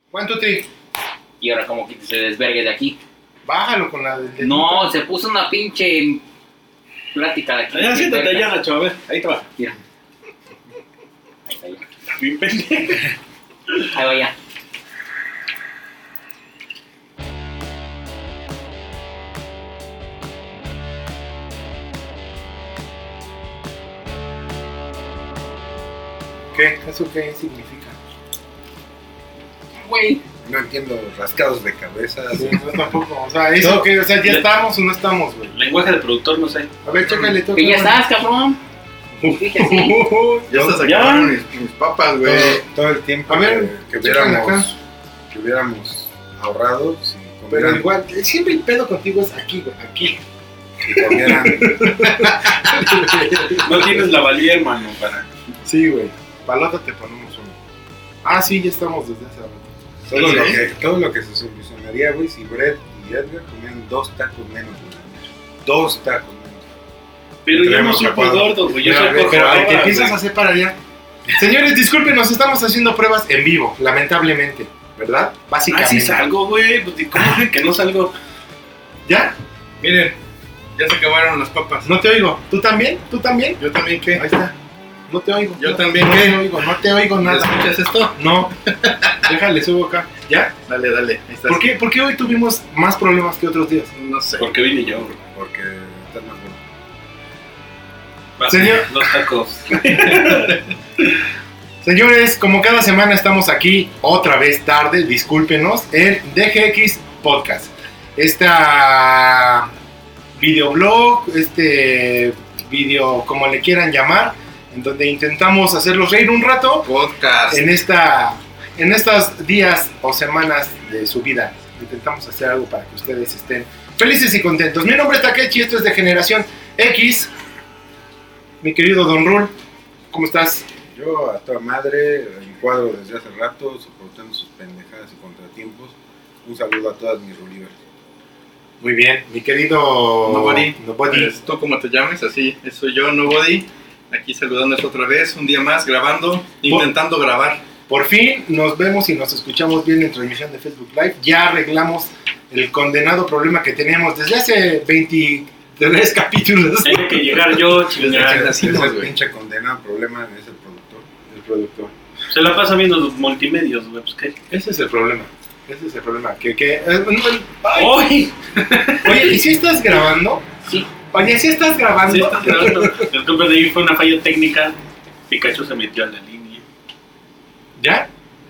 1, 2, 3. Y ahora como que se desvergue de aquí. Bájalo con la del... No, se puso una pinche plática de aquí. Ya, siéntate ya, Nacho, a ver, ahí te va. Mira. Ahí está ya. Bien pendejo. Ahí va ya. ¿Qué? ¿Eso qué significa? Güey. No entiendo, rascados de cabeza. Sí, no, tampoco. O sea, ¿eso qué? O sea, ¿ya estamos o no estamos, güey? Lenguaje de productor, no sé. A ver, chécale tú. Que ya estás, cabrón. Dije así. Ya hasta se ¿Ya? acabaron mis papas, güey. Todo el tiempo. A A ver, ver, que chécale acá. hubiéramos ahorrado si Pero comieran, igual, siempre el pedo contigo es aquí, güey, aquí. si comieran No tienes la valía, hermano, para... Sí, güey. Palota te ponemos uno. Ah, sí, ya estamos desde hace rato. todo lo que se solucionaría, güey, si Brett y Edgar comieran 2 tacos menos, güey. 2 tacos menos. Pero yo no Tenemos soy muy capado. gordo, güey, yo Mira, soy a ver, pero al que corredora, empiezas a güey. hacer para allá. Señores, disculpen, nos estamos haciendo pruebas en vivo, lamentablemente, ¿verdad? Ah, Básicamente. sí salgo, güey, pues, ¿cómo que no salgo? ¿Ya? Miren, ya se acabaron las papas. No te oigo. ¿Tú también? ¿Tú también? Yo también, ¿qué? Ahí está. No te oigo. Yo No, también, no ¿qué? te oigo, no te oigo nada. ¿Escuchas esto? No. Déjale, subo acá. ¿Ya? Dale, ahí estás. ¿Por qué hoy tuvimos más problemas que otros días? No sé. Porque vine yo, güey. Porque estás más bueno. Vas, Señor. Los tacos. Señores, como cada semana estamos aquí otra vez tarde, discúlpenos, en DGX Podcast. Esta videoblog, video como le quieran llamar, en donde intentamos hacerlos reír un rato Podcast. en estos días o semanas de su vida. Intentamos hacer algo para que ustedes estén felices y contentos. Mi nombre es Takechi, esto es de Generación X. Mi querido Don Rul, ¿cómo estás? Yo a toda madre, en cuadro desde hace rato, soportando sus pendejadas y contratiempos. Un saludo a todas mis rolivers. Muy bien, mi querido Nobody. Nobody. Tú como te llames, así, soy yo, Nobody. Aquí saludándoles otra vez, un día más, grabando, intentando grabar. Por fin nos vemos y nos escuchamos bien en transmisión de Facebook Live. Ya arreglamos el condenado problema que teníamos desde hace 23 capítulos. Tengo que llegar yo, chingada. Ese güey. pinche condenado problema es el productor. El productor. Se la pasa viendo los multimedios, güey, pues qué. Ese es el problema. Ese es el problema. Ay. ¡Ay! Oye, ¿y si estás grabando? Sí. Oye, ¿si estás grabando? Sí, estás grabando. El culpa de ahí fue una falla técnica. Pikachu se metió a la línea. ¿Ya?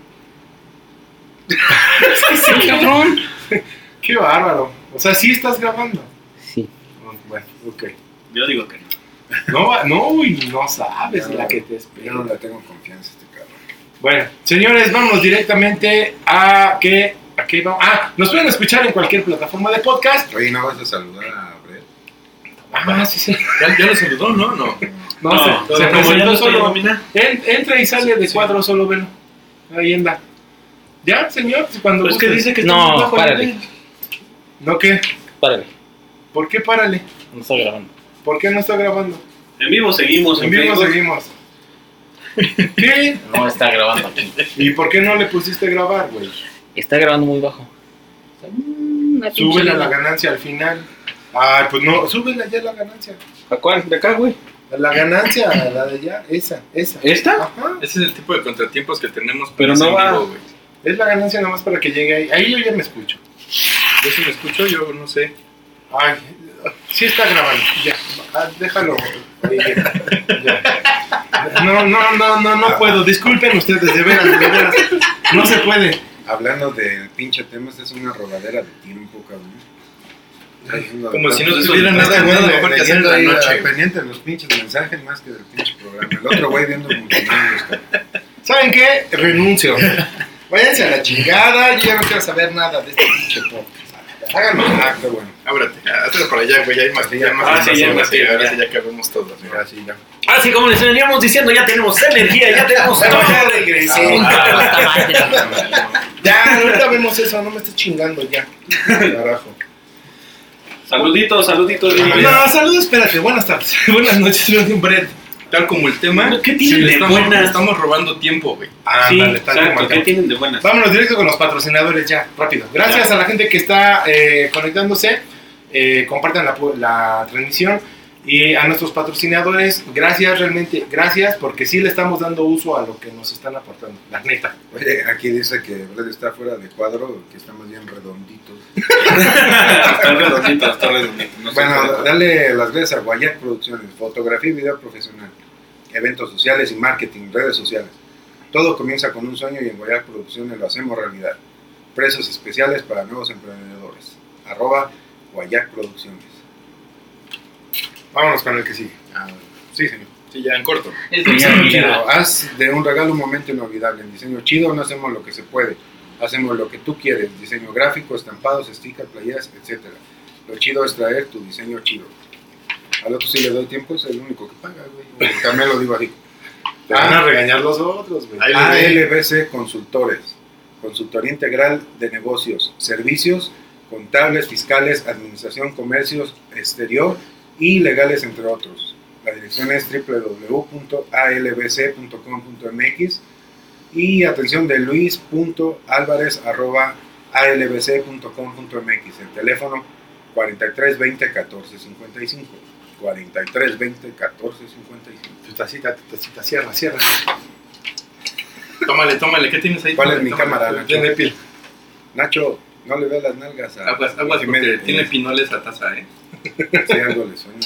Sí, cabrón. Qué bárbaro. O sea, ¿sí estás grabando? Sí. Bueno, ok. Yo digo que no. No sabes la que te Yo no espera. le tengo confianza a este cabrón. Bueno, señores, vamos directamente a qué vamos. Ah, nos pueden escuchar en cualquier plataforma de podcast. Oye, ¿no vas a saludar a Brett? Ah, sí. ¿Ya lo saludó? No. No, No, se como ya presentó no estoy solo. nómina. Entra y sale de cuadro solo, velo. Ahí anda. ¿Ya, señor? Cuando Pues que guste. dice que No, está bajo párale. nivel. ¿No qué? Párale. ¿Por qué párale? No estoy grabando. ¿Por qué no está grabando? En vivo seguimos. En vivo Facebook. seguimos. ¿Qué? No está grabando aquí. ¿Y por qué no le pusiste grabar, güey? Está grabando muy bajo. Una pinche Súbele la línea. ganancia al final. Ah, pues no, súbele ya la ganancia. ¿A cuál? ¿De acá, güey? La ganancia, la de allá, esa. ¿Esta? Ajá. Ese es el tipo de contratiempos que tenemos. Pero no en va. vivo, güey. Es la ganancia nada más para que llegue ahí. Ahí yo ya me escucho. Yo sí me escucho, yo no sé. Ay, sí está grabando. Ya, déjalo. Ahí, ya. No puedo. Disculpen ustedes, de veras. No se puede. Hablando del pinche tema, esta es una rodadera de tiempo, cabrón. Como si no Entonces, tuviera este nada güey mejor que hacer en leyendo la ahí, noche. pendiente de los pinches mensajes más que del pinche programa. El otro güey viendo multimedios, cabrón. ¿Saben qué? Renuncio. Váyanse a la chingada. Yo ya no quiero saber nada de este pinche podcast. Háganme un acto, bueno. Ábrate, hazlo para allá, güey, ya hay más. Sí, Ya más ah, sí, ya hay más sí, tiempo, ahora ya. sí ya acabamos todos. güey. Ahora sí, ya. Así como les veníamos diciendo, ya tenemos energía, ya tenemos Bueno, todo. ya regresé. Ah, Ya, ahorita vemos eso. No me estés chingando ya. Carajo. Saluditos. No, saludos, espérate. Buenas tardes. Buenas noches, soy un Brett. tal como el tema, ¿Qué tienen de estamos, buenas? estamos robando tiempo, güey. Sí, Ándale, tal como exacto. el ¿Qué tema. tienen de buenas? Vámonos directo con los patrocinadores ya, rápido. Gracias Ya. a la gente que está conectándose, compartan la transmisión. Y a nuestros patrocinadores, gracias, realmente gracias, porque sí le estamos dando uso a lo que nos están aportando, la neta. Oye, aquí dice que Brad está fuera de cuadro, que está más bien redondito. Está redondito, está redondito. No sé Bueno, qué- dale las gracias a Guayac Producciones, fotografía y video profesional, eventos sociales y marketing, redes sociales. Todo comienza con un sueño y en Guayac Producciones lo hacemos realidad. Precios especiales para nuevos emprendedores. @Guayac Producciones. Vámonos con el que sigue. Sí, señor. Sí, ya en corto. Es de Diseño ya, chido. Haz de un regalo un momento inolvidable. En diseño chido no hacemos lo que se puede, hacemos lo que tú quieres. Diseño gráfico, estampados, stickers, playeras, etc. Lo chido es traer tu diseño chido. Al otro si le doy tiempo, es el único que paga, güey. También lo digo así. Te van a regañar los otros, güey. ALBC Consultores, consultoría integral de negocios, servicios, contables, fiscales, administración, comercios, exterior y legales, entre otros. La dirección es www.albc.com.mx y atención de luis.alvarez@albc.com.mx. El teléfono 43 20 14 55. 43 20 14 55. Tu tacita, cierra. Tómale, ¿qué tienes ahí? ¿Cuál es mi Tómale. cámara, Nacho? Tiene pil. Nacho, no le veas las nalgas a Aguas, a porque Jiménez. tiene pinole esa taza, Si algo le suena.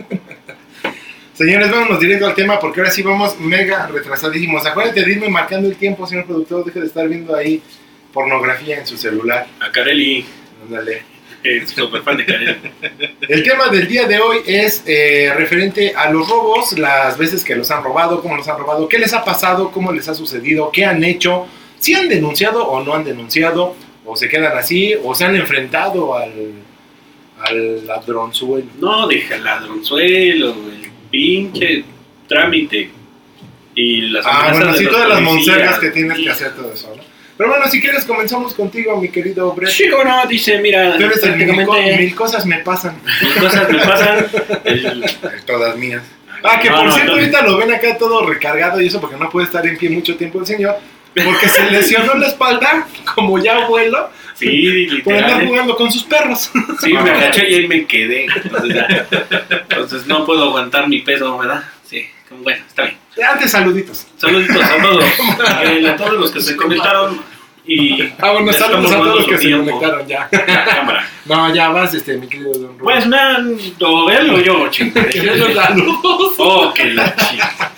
Señores, vámonos directo al tema porque ahora sí vamos mega retrasadísimos. Acuérdate de irme marcando el tiempo, señor productor. Deje de estar viendo ahí pornografía en su celular. A Carelli, Ándale. es súper fan de Carelli. El tema del día de hoy es referente a los robos, las veces que los han robado, cómo los han robado, qué les ha pasado, cómo les ha sucedido, qué han hecho, si han denunciado o no han denunciado, o se quedan así, o se han enfrentado al ladronzuelo. No, deja el ladronzuelo, el pinche trámite. Y las amenazas Bueno, de sí, los todas las policías. monsergas que tienes que hacer todo eso, ¿no? Pero bueno, si quieres comenzamos contigo, mi querido Brett. Sí, como no, dice, mira, Tú eres el prácticamente mil cosas me pasan. mil cosas me pasan. El- Todas mías. Que No, por no, cierto, entonces- ahorita lo ven acá todo recargado y eso porque no puede estar en pie mucho tiempo el señor. Porque se lesionó la espalda, como ya abuelo, Sí, por andar literal. jugando con sus perros. Sí, me agaché y ahí me quedé. Entonces no puedo aguantar mi peso, ¿verdad? Sí, bueno, está bien. Antes saluditos. Saluditos a todos. A todos los que se conectaron. Y Bueno, les saludos estamos a todos los robando que su se tiempo. conectaron ya. La cámara. No, ya vas, mi querido Don Rubén. Pues man, o él o yo, chingada. Saludos. Oh, que la chica.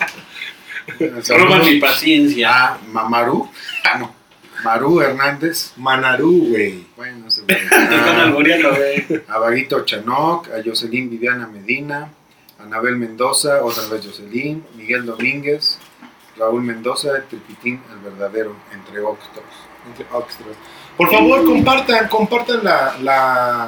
Roban mi paciencia. A Mamaru. No. Maru Hernández. Manarú, güey. Bueno, no sé. Te están alboreando, güey. A Vaguito Chanoc, a Jocelyn Viviana Medina, a Anabel Mendoza, otra vez Jocelyn, Miguel Domínguez, Raúl Mendoza, Tripitín el verdadero, entre otros. Entre extras. Por favor, compartan la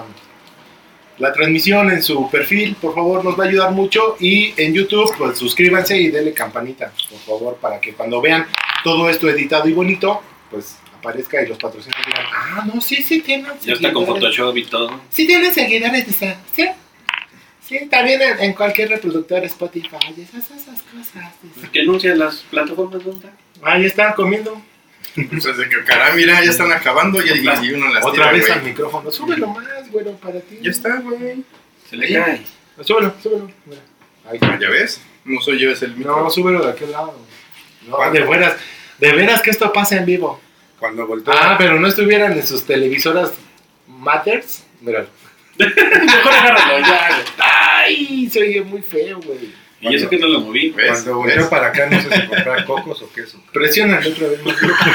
transmisión en su perfil, por favor, nos va a ayudar mucho. Y en YouTube, pues suscríbanse y denle campanita, por favor, para que cuando vean todo esto editado y bonito, pues aparezca y los patrocinios digan, no, sí tienen Ya está con seguidores. Photoshop y todo. Sí tienen seguidores, dice, ¿sí? Sí, también en cualquier reproductor, Spotify, esas cosas. Dice. ¿Qué anuncian las plataformas? ¿Dónde? Ahí están comiendo. Pues desde que caray, mira, ya están acabando y uno las Otra tira, vez güey. al micrófono. Súbelo más, güero, para ti. Ya está, güey. Se le cae. Súbelo. Mira. Ahí está. ¿Ya ves? No soy yo, es el micro. No, súbelo de aquel lado. No, de veras que esto pasa en vivo. Cuando volteó, Pero no estuvieran en sus televisoras Matters. Mira. Mejor agárralo ya, güey. Ay, se oye muy feo, güey. Y eso que no lo moví. ¿Ves? cuando volteó ¿Ves? para acá, no sé si comprar cocos o queso. Presiónale otra vez.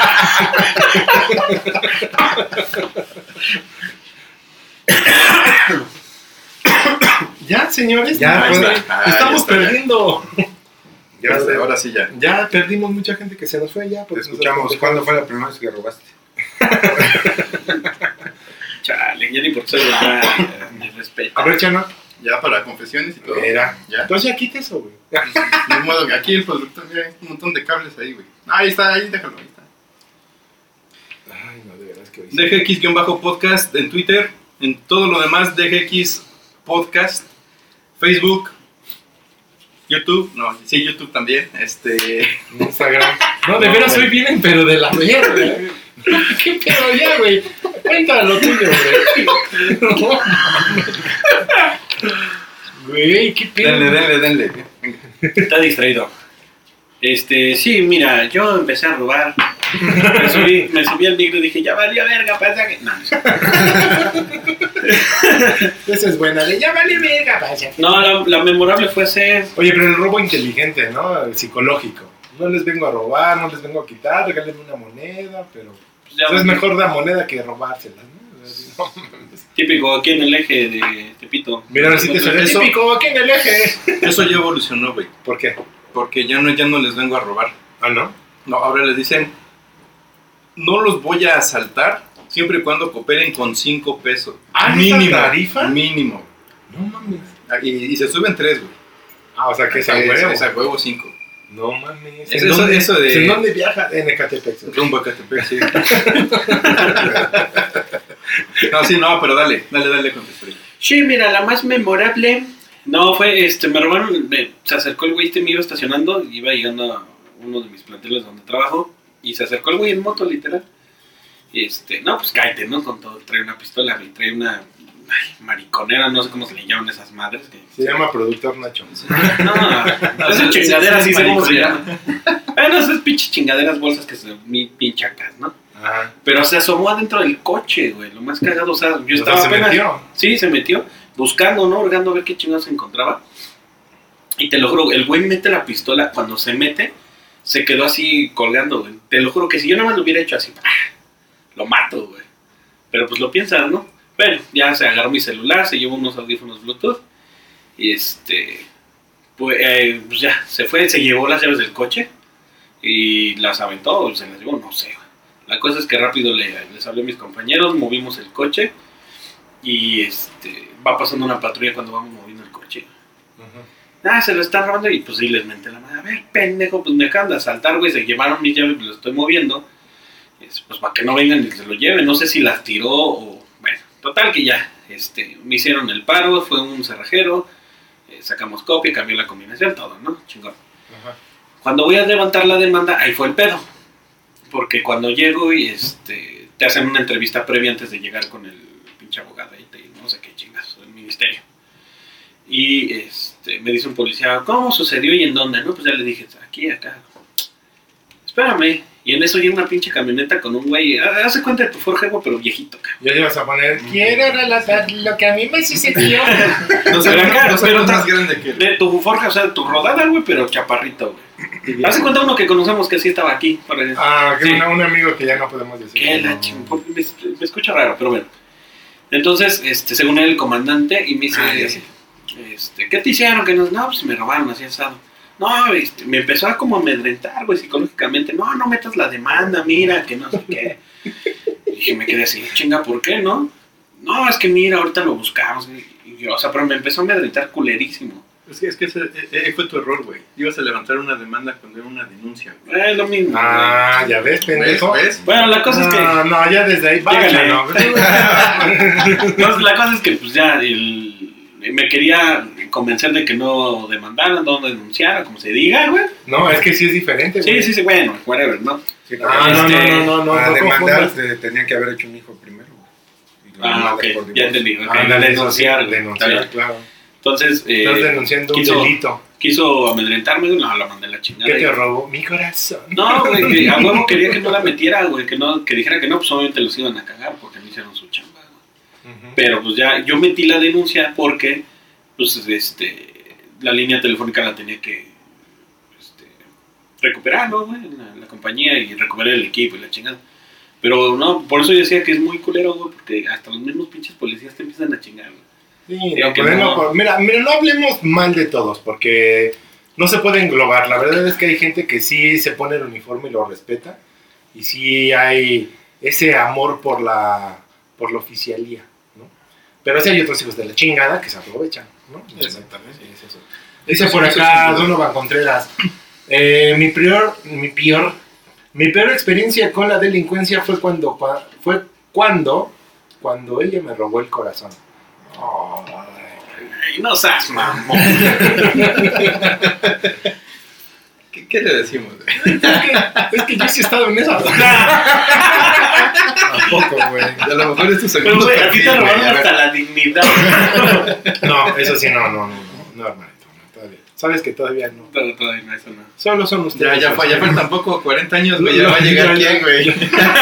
Ya, señores. Ya, pues, ahí está. estamos Ya está, ya. perdiendo. Ya está, ahora sí ya. Ya perdimos mucha gente que se nos fue ya. Te porque escuchamos. nosotros- ¿Cuándo fue la primera vez que robaste? Chale, ya ni por ser verdad. De respeto. A ver, Chano. Ya para confesiones y todo. Mira. Ya. Entonces ya quita eso, güey. De modo que aquí el productor, mira, hay un montón de cables ahí, güey. Ahí está, ahí déjalo, ahí está. Ay, no, de veras que hoy sí. DGX-podcast en Twitter, en todo lo demás DGX Podcast, Facebook YouTube, no, sí, YouTube también, Instagram. No, de No, veras güey. hoy vienen, pero de la mierda. ¿Qué pedo ya, güey? Cuéntalo lo tuyo, güey. No, mames. Güey, qué pedo. denle. Está distraído. Sí, mira, yo empecé a robar. Me subí al micro y dije, ya valió verga, pasa que... No, Esa es buena, de ya vale verga, pasa que... no, la memorable fue hacer... Oye, pero el robo inteligente, ¿no? El psicológico. No les vengo a robar, no les vengo a quitar, regálenme una moneda, pero... pues, ya, Eso es mejor la moneda que robársela, ¿no? Así, no mames. típico aquí en el eje de Tepito. Mira, si te sale Eso- típico aquí en el eje. Eso ya evolucionó, güey, ¿Por qué? porque ya no les vengo a robar. Ah, ¿no? No, ahora les dicen, no los voy a asaltar siempre y cuando cooperen con 5 pesos. Ah, mínimo. ¿tarifa? Mínimo. No mames. Y se suben 3, güey. Ah, o sea, que es a huevo. Es a huevo 5. No mames. Eso de- ¿En dónde viaja? En Ecatepec. Rumbo a Catepec, sí. No, sí, no, pero dale con tu historia. Sí, mira, la más memorable... No, fue, me robaron, se acercó el güey, me iba estacionando, iba llegando a uno de mis planteles donde trabajo, y se acercó el güey en moto, literal. No, pues cállate, ¿no? Con todo, trae una pistola, y trae una mariconera, no sé cómo se le llaman esas madres. Se llama productor Nacho. No, esas chingaderas sí sé cómo se llaman. Bueno, esas pinches chingaderas bolsas que son pinchacas, ¿no? Ajá. Pero se asomó adentro del coche, güey, lo más cagado, o sea, yo O estaba sea, se apenas... metió. Sí, se metió, buscando, ¿no? Hurgando a ver qué chingados se encontraba. Y te lo juro, el güey mete la pistola, cuando se mete, se quedó así colgando, güey. Te lo juro que si yo nada más lo hubiera hecho así, lo mato, güey. Pero pues lo piensas, ¿no? Bueno, ya se agarró mi celular, se llevó unos audífonos Bluetooth. Y pues ya, se fue, se llevó las llaves del coche. Y las aventó, o se las llevó, no sé, güey. La cosa es que rápido les hablé a mis compañeros, movimos el coche. Y va pasando una patrulla cuando vamos moviendo el coche. Se lo están robando y pues sí les menté la madre. A ver, pendejo, pues me acaban de asaltar, güey, se llevaron mis llaves, pues lo estoy moviendo. Pues para que no vengan y se lo lleven, no sé si las tiró o... Bueno, total que ya, me hicieron el paro, fue un cerrajero, sacamos copia, cambió la combinación, todo, ¿no? Chingón. Ajá. Cuando voy a levantar la demanda, ahí fue el pedo. Porque cuando llego y te hacen una entrevista previa antes de llegar con el pinche abogado y no sé qué chingas, del ministerio. Y me dice un policía, ¿cómo sucedió y en dónde? No, pues ya le dije, aquí, acá. Espérame. Y en eso llega una pinche camioneta con un güey, hace cuenta de tu Ford Jaguar, pero viejito, cabrón. Ya ibas a poner, quiero relatar lo que a mí me sucedió. Dos Pero acá, años pero más grande que él. De tu Ford, o sea, tu rodada, güey, pero chaparrito, güey. Hace cuenta uno que conocemos que sí estaba aquí. Que Sí. un amigo que ya no podemos decir. Que la chingada, me escucha raro, pero bueno. Entonces, según él, el comandante, y me dice, ya sé. ¿Qué te hicieron? Que no, pues me robaron así asado. No, me empezó a como amedrentar, güey, psicológicamente. No metas la demanda, mira, que no sé qué. Y me quedé así, chinga, ¿por qué, no? No, es que mira, ahorita lo buscamos. Y yo, o sea, pero me empezó a amedrentar culerísimo. Es que ese fue tu error, güey. Ibas a levantar una demanda cuando era una denuncia, güey. Es lo mismo. Ya ves, pendejo. ¿Ves? Bueno, la cosa es que... No, ya desde ahí, Llégale. no. No, la cosa es que pues ya me quería convencer de que no demandaran, no denunciara, como se diga, güey. No, es que sí es diferente, güey. Sí, bueno, whatever, ¿no? Sí, No, para no demandar confundas. tenían que haber hecho un hijo primero. güey. Y lo Ah, demandas ok, por ya divorcio. entendí. ok. Ándale, Denunciar, eso sí, güey, está bien. denunciar, claro. Entonces, Estás denunciando quiso- un delito. quiso amedrentarme, no, la mandé a la chingada. ¿Qué te robó? Mi corazón. No, güey, que a huevo quería que no la metiera, güey, que dijera que no, pues obviamente los iban a cagar porque no hicieron su chamba, güey. Pero pues ya, yo metí la denuncia porque, pues, la línea telefónica la tenía que, recuperar, ¿no, güey? La compañía y recuperar el equipo y la chingada. Pero no, por eso yo decía que es muy culero, güey, porque hasta los mismos pinches policías te empiezan a chingar, güey. Sí, Digo no, que pero no. mira, no hablemos mal de todos, porque no se puede englobar. La verdad es que hay gente que sí se pone el uniforme y lo respeta, y sí hay ese amor por la oficialía, ¿no? Pero sí hay otros hijos de la chingada que se aprovechan, ¿no? Exactamente. Sí, es eso. Dice por acá Donovan Contreras, mi peor experiencia con la delincuencia fue cuando ella me robó el corazón. Ay, no seas mamón. ¿Qué le decimos? Es que yo sí he estado en esa. Tampoco, güey. A lo mejor es tu Pero, segundo güey, a ti te perfil, güey, robaron a ver. hasta la dignidad. No, eso sí, no, hermanito, no, todavía. Sabes que todavía no. Pero todavía no, eso no. Solo son ustedes. Ya faltan tampoco 40 años, güey. Ya va a llegar quién, güey.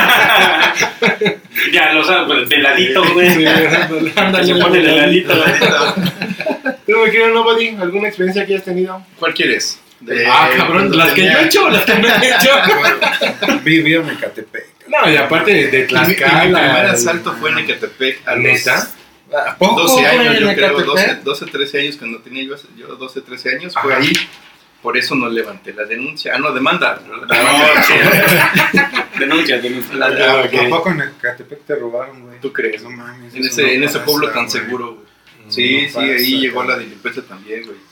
Ya, lo sabes, de ladito, güey. Sí, Ándale, se pone de ladito. ¿Tú, mi querido Nobody, alguna experiencia que hayas tenido? ¿Cuál quieres? Cabrón, las que yo he hecho o las que no he hecho. Viví en Ecatepec. No, y aparte de Mi Tlaxcala. primer asalto fue en Ecatepec a los ¿Neta? ¿A poco, 12 años, güey, yo en creo, Ecatepec? 12, 13 años cuando tenía yo 12, 13 años, fue Ajá. ahí. Por eso no levanté la denuncia. No, demanda. No, sí. Denuncia. Ah, ok. ¿A poco en Ecatepec te robaron, güey? ¿Tú crees? No mames. En eso ese, no ese pasa, pueblo tan güey. seguro, güey. Sí, No ahí pasa, llegó cabrón. la delincuencia también, güey.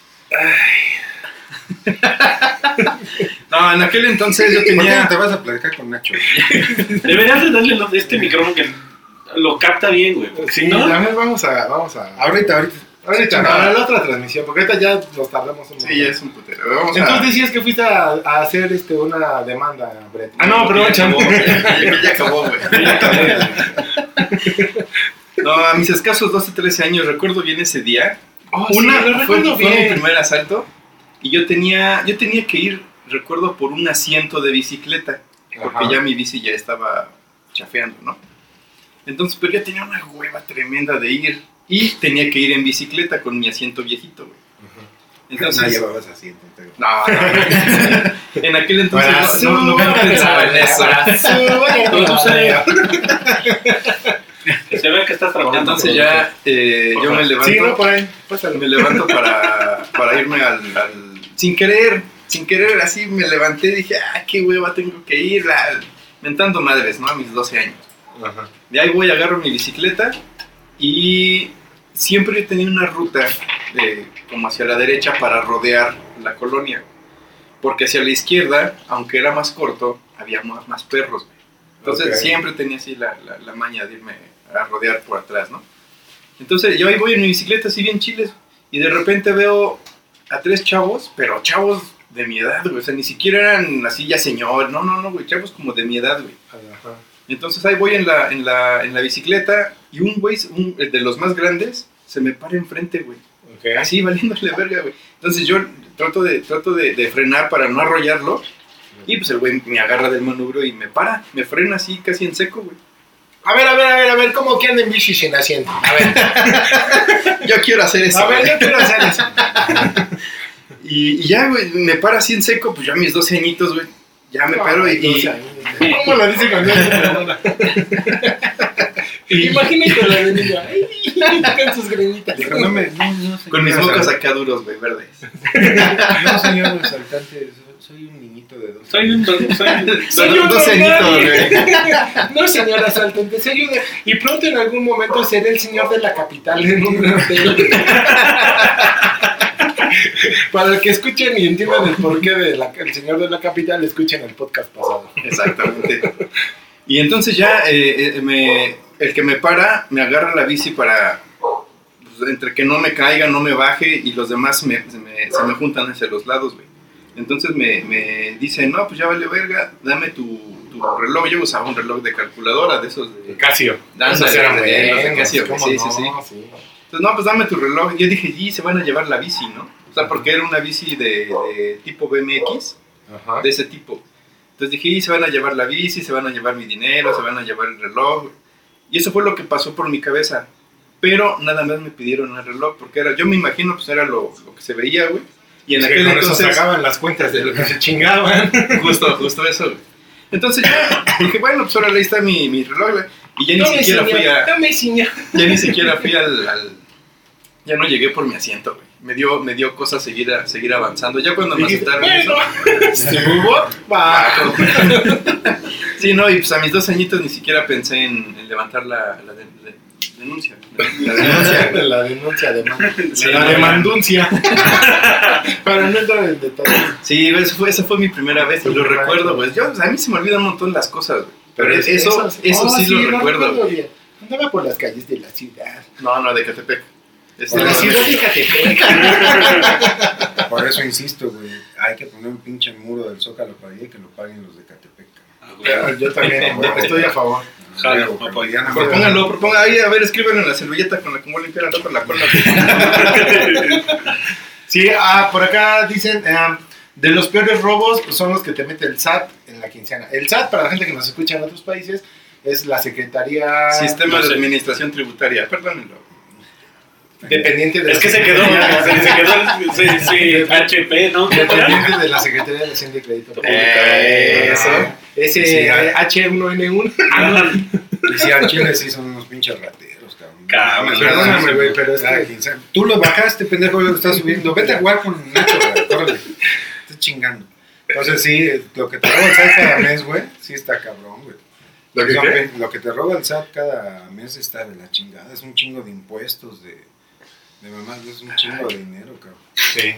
No, en aquel entonces yo ¿Por qué no tenía... te vas a platicar con Nacho? Deberías de darle este micrófono que lo capta bien, güey. Sí, ¿no? a ver, vamos a. Ahorita. Ahorita, para la otra transmisión, porque ahorita ya nos tardamos un Sí, ya es un putero. Vamos a... Entonces decías que fuiste a hacer una demanda, Brett. Ah, no, pero pero ya acabó, güey. No, a mis escasos 12, 13 años, recuerdo bien ese día. Fue mi primer asalto y yo tenía que ir, recuerdo, por un asiento de bicicleta, porque Ajá. ya mi bici ya estaba chafeando, ¿no? Entonces, pero yo tenía una hueva tremenda de ir y tenía que ir en bicicleta con mi asiento viejito, güey. Entonces, No llevabas asiento. no. En aquel entonces Brazo, no pensaba en eso. Se ve que estás trabajando. Entonces ya yo me levanto. Sí, no, por ahí. Pásale. Me levanto para irme al... Sin querer, así me levanté y dije, qué hueva, tengo que ir, mentando madres, ¿no? A mis 12 años. Ajá. De ahí voy, agarro mi bicicleta y siempre he tenido una ruta como hacia la derecha para rodear la colonia. Porque hacia la izquierda, aunque era más corto, había más perros, güey. Entonces Ok. siempre tenía así la maña de irme a rodear por atrás, ¿no? Entonces yo ahí voy en mi bicicleta así bien chiles y de repente veo a 3 chavos, pero chavos de mi edad, güey. O sea, ni siquiera eran así ya señor, no, güey, chavos como de mi edad, güey. Ajá. Entonces ahí voy en la bicicleta y un güey, de los más grandes, se me para enfrente, güey. Ok. Así valiéndole verga, güey. Entonces yo trato de frenar para no arrollarlo. Y pues el güey me agarra del manubrio y me frena así casi en seco, güey. A ver, ¿cómo que anda en bici sin asiento? A ver, Yo quiero hacer eso. a ver, güey. yo quiero hacer eso. Y ya, güey, me para así en seco, pues ya a mis 12 añitos, güey. Ya me paro ¿Cómo lo dice cuando hace pregunta? Imagínate la de niño. Ay, con sus greñitas. Dijo, no, señor con mis mocos asaltante. acá duros, güey, verdes. No, señor asaltante, soy un niñito de 12 Soy un Soy un 12 añitos, güey. No, señor asaltante, soy un... Y pronto en algún momento seré el señor de la capital en un hotel. Para el que escuchen y entiendan el porqué del señor de la capital, escuchen el podcast pasado. Exactamente. Y entonces ya el que me para me agarra la bici para, pues, entre que no me caiga, no me baje y los demás se me juntan hacia los lados, güey. Entonces me dice, no, pues ya vale verga, dame tu reloj. Yo usaba un reloj de calculadora de esos de... Casio. Ándale, Esos eran de los de buenos, Casio, ¿cómo sí, no? sí. Entonces, no, pues dame tu reloj. Y yo dije, y se van a llevar la bici, ¿no? O sea, porque era una bici de tipo BMX, Ajá. de ese tipo. Entonces dije, y se van a llevar la bici, se van a llevar mi dinero, se van a llevar el reloj. Y eso fue lo que pasó por mi cabeza. Pero nada más me pidieron el reloj, porque yo me imagino, pues era lo que se veía, güey. Y en Es que aquel con eso entonces... sacaban las cuentas de lo que se chingaban. Justo eso, güey. Entonces ya dije, bueno, pues ahora ahí está mi reloj, güey. Y ya No me siquiera fui al... Ya no llegué por mi asiento, güey. Me dio cosa seguir avanzando. Ya cuando me aceptaron Bueno, eso... ¿se jugó? Va. Sí, no, y pues a mis 2 añitos ni siquiera pensé en levantar la denuncia. La denuncia. La denuncia de Sí, la no, demanduncia. Para no entrar en detalle. Sí, esa fue mi primera vez y lo recuerdo, pues. A mí se me olvidan un montón las cosas, güey. Pero eso sí lo recuerdo, güey. Bien. Andaba por las calles de la ciudad. No, de Ecatepec. Este, En la ciudad de Ecatepec. Por eso insisto, güey. Hay que poner un pinche muro del Zócalo para allá y que lo paguen los de Catepec. Yo también, güey, estoy a favor. Jalo, Pero papá. ya nada más- proponga ahí, a ver, escríbanlo en la servilleta con la que voy a limpiar al otro la cola. Sí, por acá dicen, de los peores robos son los que te mete el SAT en la quincena. El SAT, para la gente que nos escucha en otros países, es la Secretaría Sistema de Administración Tributaria, perdónenlo. dependiente de Es que se quedó el HP, ¿no? dependiente de la Secretaría de Hacienda y Crédito Público. Eso. Ese Sí, H1N1. Y si al Chile sí son unos pinches rateros, cabrón. Cabrón. Perdóname, güey, pero es que tú lo bajaste, pendejo, lo estás subiendo. Vete a jugar con Nacho, güey. Córrele. Estás chingando. Entonces sí, lo que te roba el SAT cada mes, güey, sí está cabrón, güey. ¿Lo que qué? Lo que te roba el SAT cada mes está de la chingada. Es un chingo de impuestos, de mamás, es un chingo de dinero, cabrón. Sí.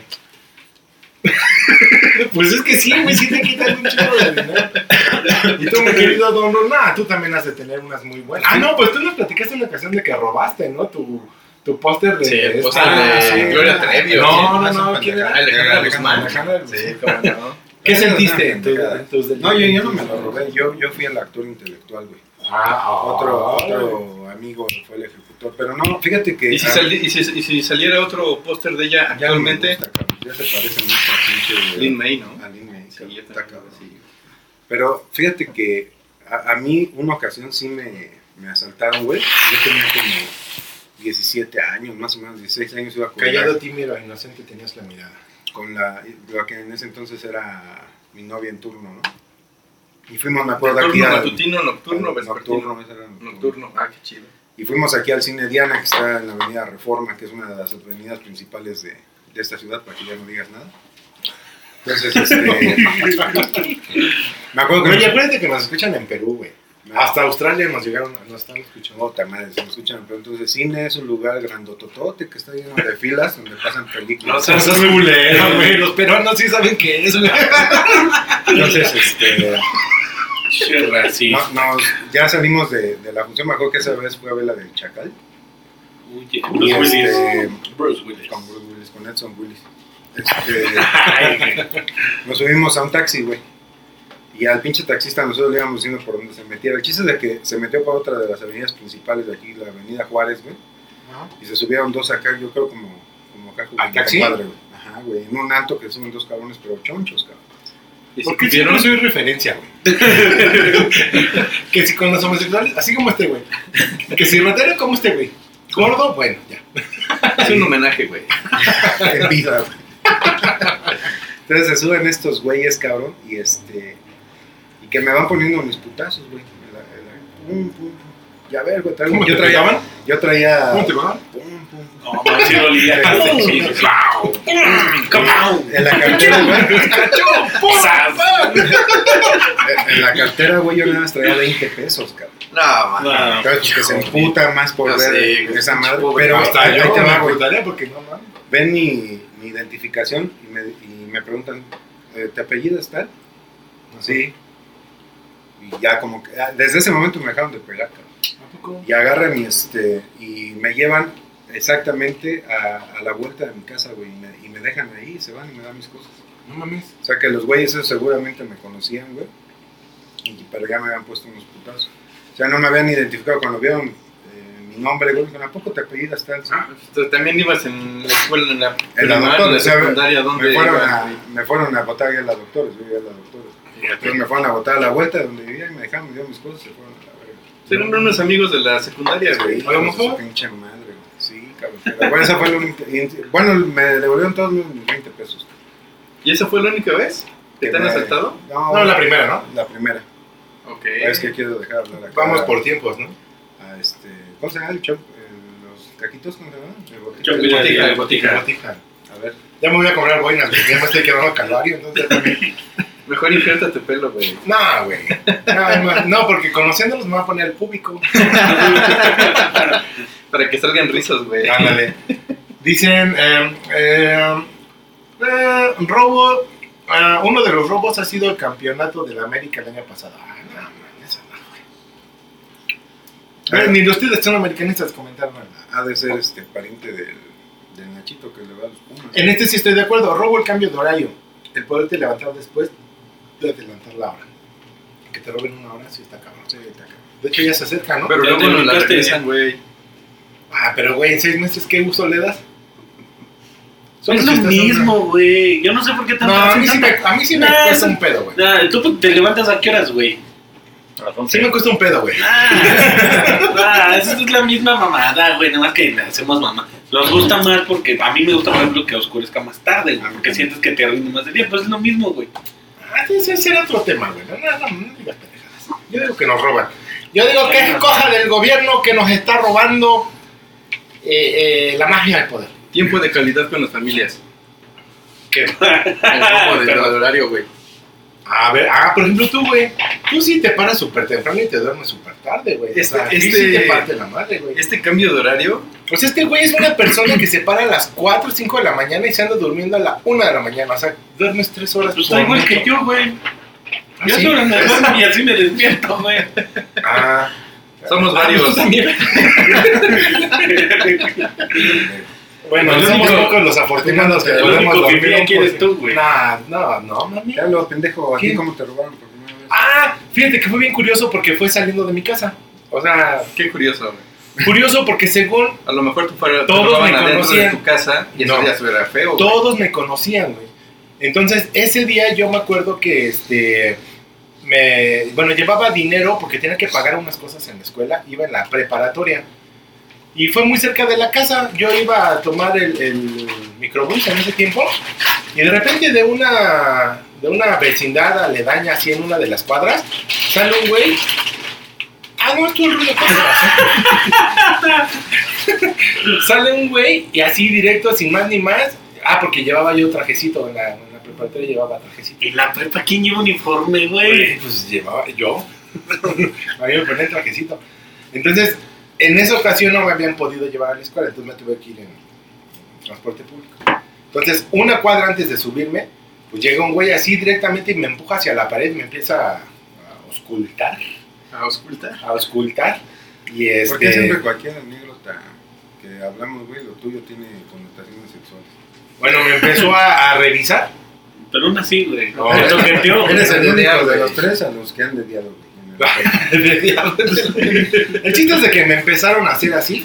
Pues es que sí, güey, sí te quitan un chingo de dinero. Y tú, mi querido Don Ron, tú también has de tener unas muy buenas. Ah, no, pues tú nos platicaste en la ocasión de que robaste, ¿no? Tu póster de... Sí, el póster de sí. Gloria Trevi. No, ¿quién era? Alejandra Guzmán. Alejandra Guzmán. Sí, cómo no. ¿Qué sentiste en tus No, yo no me lo robé. Yo fui el actor intelectual, güey. Otro amigo fue el ejecutor. Pero no, fíjate que... ¿Y si saliera otro póster de ella ya no me actualmente? gusta, cabrón. Ya se parece mucho a pinche... Lin May, ¿no? A Lin May, Sí, yo está también, cabrón. sí. Pero fíjate que a mí una ocasión sí me asaltaron, güey. Yo tenía como 17 años, más o menos 16 años iba a cobrar. Callado, tímido, inocente tenías la mirada. Con lo que en ese entonces era mi novia en turno, ¿no? Y fuimos, me acuerdo, aquí Nocturno, al... matutino, nocturno, vespertino. ese era Nocturno, qué chido. Y fuimos aquí al Cine Diana, que está en la avenida Reforma, que es una de las avenidas principales de esta ciudad, para que ya no digas nada. Entonces, me acuerdo que... Oye, acuérdate que nos escuchan en Perú, güey. Hasta Australia nos están escuchando. Otra madre, se me escuchan, pero entonces cine es un lugar grandototote que está lleno de filas donde pasan películas. No seas culero, güey. Los peruanos sí saben qué es, güey. Entonces, Sí. ya salimos de la función. Me acuerdo que esa vez fue a ver la del Chacal. Oye, Y Bruce Willis. con Bruce Willis, con Edson Willis. Nos subimos a un taxi, güey. Y al pinche taxista nosotros le íbamos diciendo por dónde se metiera. El chiste es de que se metió para otra de las avenidas principales de aquí, la avenida Juárez, güey. Y se subieron dos acá, yo creo como acá. ¿Al taxi? Padre, güey. Ajá, güey. En un alto que suben dos cabrones, pero chonchos, cabrón. ¿Y Porque si siempre vieron? soy referencia, güey. Que si con los homosexuales, así como este, güey. Que si ratero como este, güey. Gordo, bueno, ya. Es un homenaje, güey. En vida, güey. Entonces se suben estos güeyes, cabrón, y y que me van poniendo mis putazos, güey. Pum, pum, pum. Ya ver, güey. ¿Cómo te pegaban? Yo traía. ¿Cómo te pegaban? Pum, pum. No, man, sí dolía. Sí. En la cartera, güey. En la cartera, güey, yo nada más traía 20 pesos, cabrón. No, man. No. Entonces, que se emputa más por No ver sé, güey, esa madre. pobre, Pero Hasta ahí yo te me va, güey. acordaría porque no mames. Ven mi identificación y me preguntan, ¿te apellidas tal? Sí. Y ya como que, desde ese momento me dejaron de pegar, cabrón. Y agarran y me llevan exactamente a la vuelta de mi casa, güey, y me dejan ahí, se van y me dan mis cosas. No mames. O sea que los güeyes esos seguramente me conocían, güey, pero ya me habían puesto unos putazos. O sea, no me habían identificado cuando vieron mi nombre, güey, ¿a poco te apellidas tal? Sí. Tú también ibas en la escuela, en la En la primaria, doctora, en la o sea, secundaria, ¿dónde me fueron, ibas, a, güey? me fueron a botar ya a la doctora, yo iba a la doctora. Entonces me fueron a botar a la vuelta de donde vivía y me dejaron, me dieron mis cosas y se fueron a la verga. Eran unos amigos de la secundaria, güey. Sí, ¿A lo mejor? su pinche madre, güey. Sí, cabrón. Pero bueno, esa fue la única. Bueno, me devolvieron todos mis 20 pesos. ¿Y esa fue la única vez que te han me- asaltado? No, la primera, ¿no? La primera. Ok. Es que quiero dejar hablar acá. Vamos por tiempos, ¿no? A ¿cómo se llama el chop? Los caquitos, ¿cómo se llama? Chop, El botija, el Botija. botija. A ver. Ya me voy a comprar boinas, porque ya me estoy quedando calvario, entonces también. Mejor injerta tu pelo, güey. No, güey. No, porque conociéndolos me va a poner el público. Para que salgan rizos, güey. Ándale. Dicen, robo, uno de los robos ha sido el campeonato de la América el año pasado. Ah, no, eso no, güey. Ni ustedes son americanistas comentaron nada. Ha de ser pariente del del Nachito que le va a los Pumas. En este sí estoy de acuerdo. Robo el cambio de horario. El poderte levantar después de adelantar la hora. Que te roben una hora, sí está cabrón. Sí, está acá. De hecho ya se acerca, ¿no? Pero Ya luego te nos la brincaste, regresan, güey. Ah, pero güey, en 6 meses, ¿qué uso le das? Solo Es si lo estás en mismo, güey. Yo no sé por qué una- No, a mí sí me Nah, cuesta eso- un pedo, güey. Tú te levantas a qué horas, güey. Sí me cuesta un pedo, güey. Eso es la misma mamada, güey. Nada más que hacemos mamá. Nos gusta más porque a mí me gusta, por ejemplo, que oscurezca más tarde, güey. Porque sientes que te arruina más el día. Pues es lo mismo, güey. Ah, ese era otro tema, güey. No digas pendejadas. Yo digo que nos roban. Yo digo que es cosa del gobierno que nos está robando la magia del poder. Tiempo de calidad con las familias. ¿Qué? El robo del horario, güey. A ver, por ejemplo tú, güey. Tú sí te paras súper temprano y te duermes súper tarde, güey. O sea, a ti sí te parte la madre, güey. Este cambio de horario, Pues este güey es una persona que se para a las 4 o 5 de la mañana y se anda durmiendo a la 1 de la mañana. O sea, duermes 3 horas. Pues por está igual mucho. que yo, güey. ¿Ah, Yo sí? solo me duermo y así me despierto, güey. Ah, somos pues varios. tú también. Bueno, Pues somos único- pocos los afortunados que el podemos único que dormir. pilla aquí eres tú, güey. No, mami. Te hablo, pendejo, ¿a ti ¿Qué? cómo te robaron por primera vez? Ah, fíjate que fue bien curioso porque fue saliendo de mi casa. O sea, Qué curioso, güey. curioso porque según A lo mejor tú fueras Todos me adentro de conocían. tu casa y eso No. ya era feo, güey. todos me conocían, güey. Entonces, ese día yo me acuerdo que llevaba dinero porque tenía que pagar unas cosas en la escuela, iba en la preparatoria. Y fue muy cerca de la casa, yo iba a tomar el microbús en ese tiempo, y de repente de una vecindad aledaña, así en una de las cuadras, sale un güey. Ah, no, tú el ruido. Sale un güey y así directo, sin más ni más. Ah, porque llevaba yo trajecito, en la preparatoria llevaba trajecito. ¿Y la prepa quién lleva uniforme, güey? Pues llevaba yo. A mí me ponía el trajecito. Entonces, en esa ocasión no me habían podido llevar a la escuela, entonces me tuve que ir en transporte público. Entonces, una cuadra antes de subirme, pues llega un güey así directamente y me empuja hacia la pared y me empieza a auscultar. A auscultar. A auscultar. Y ¿Por qué siempre cualquier anécdota que hablamos, güey, lo tuyo tiene connotaciones sexuales? bueno, me empezó a revisar. Pero aún así, güey. No, Me toqueteó. Eres el único de güey. los tres a los que han dediado, güey. El chiste es de que me empezaron a hacer así.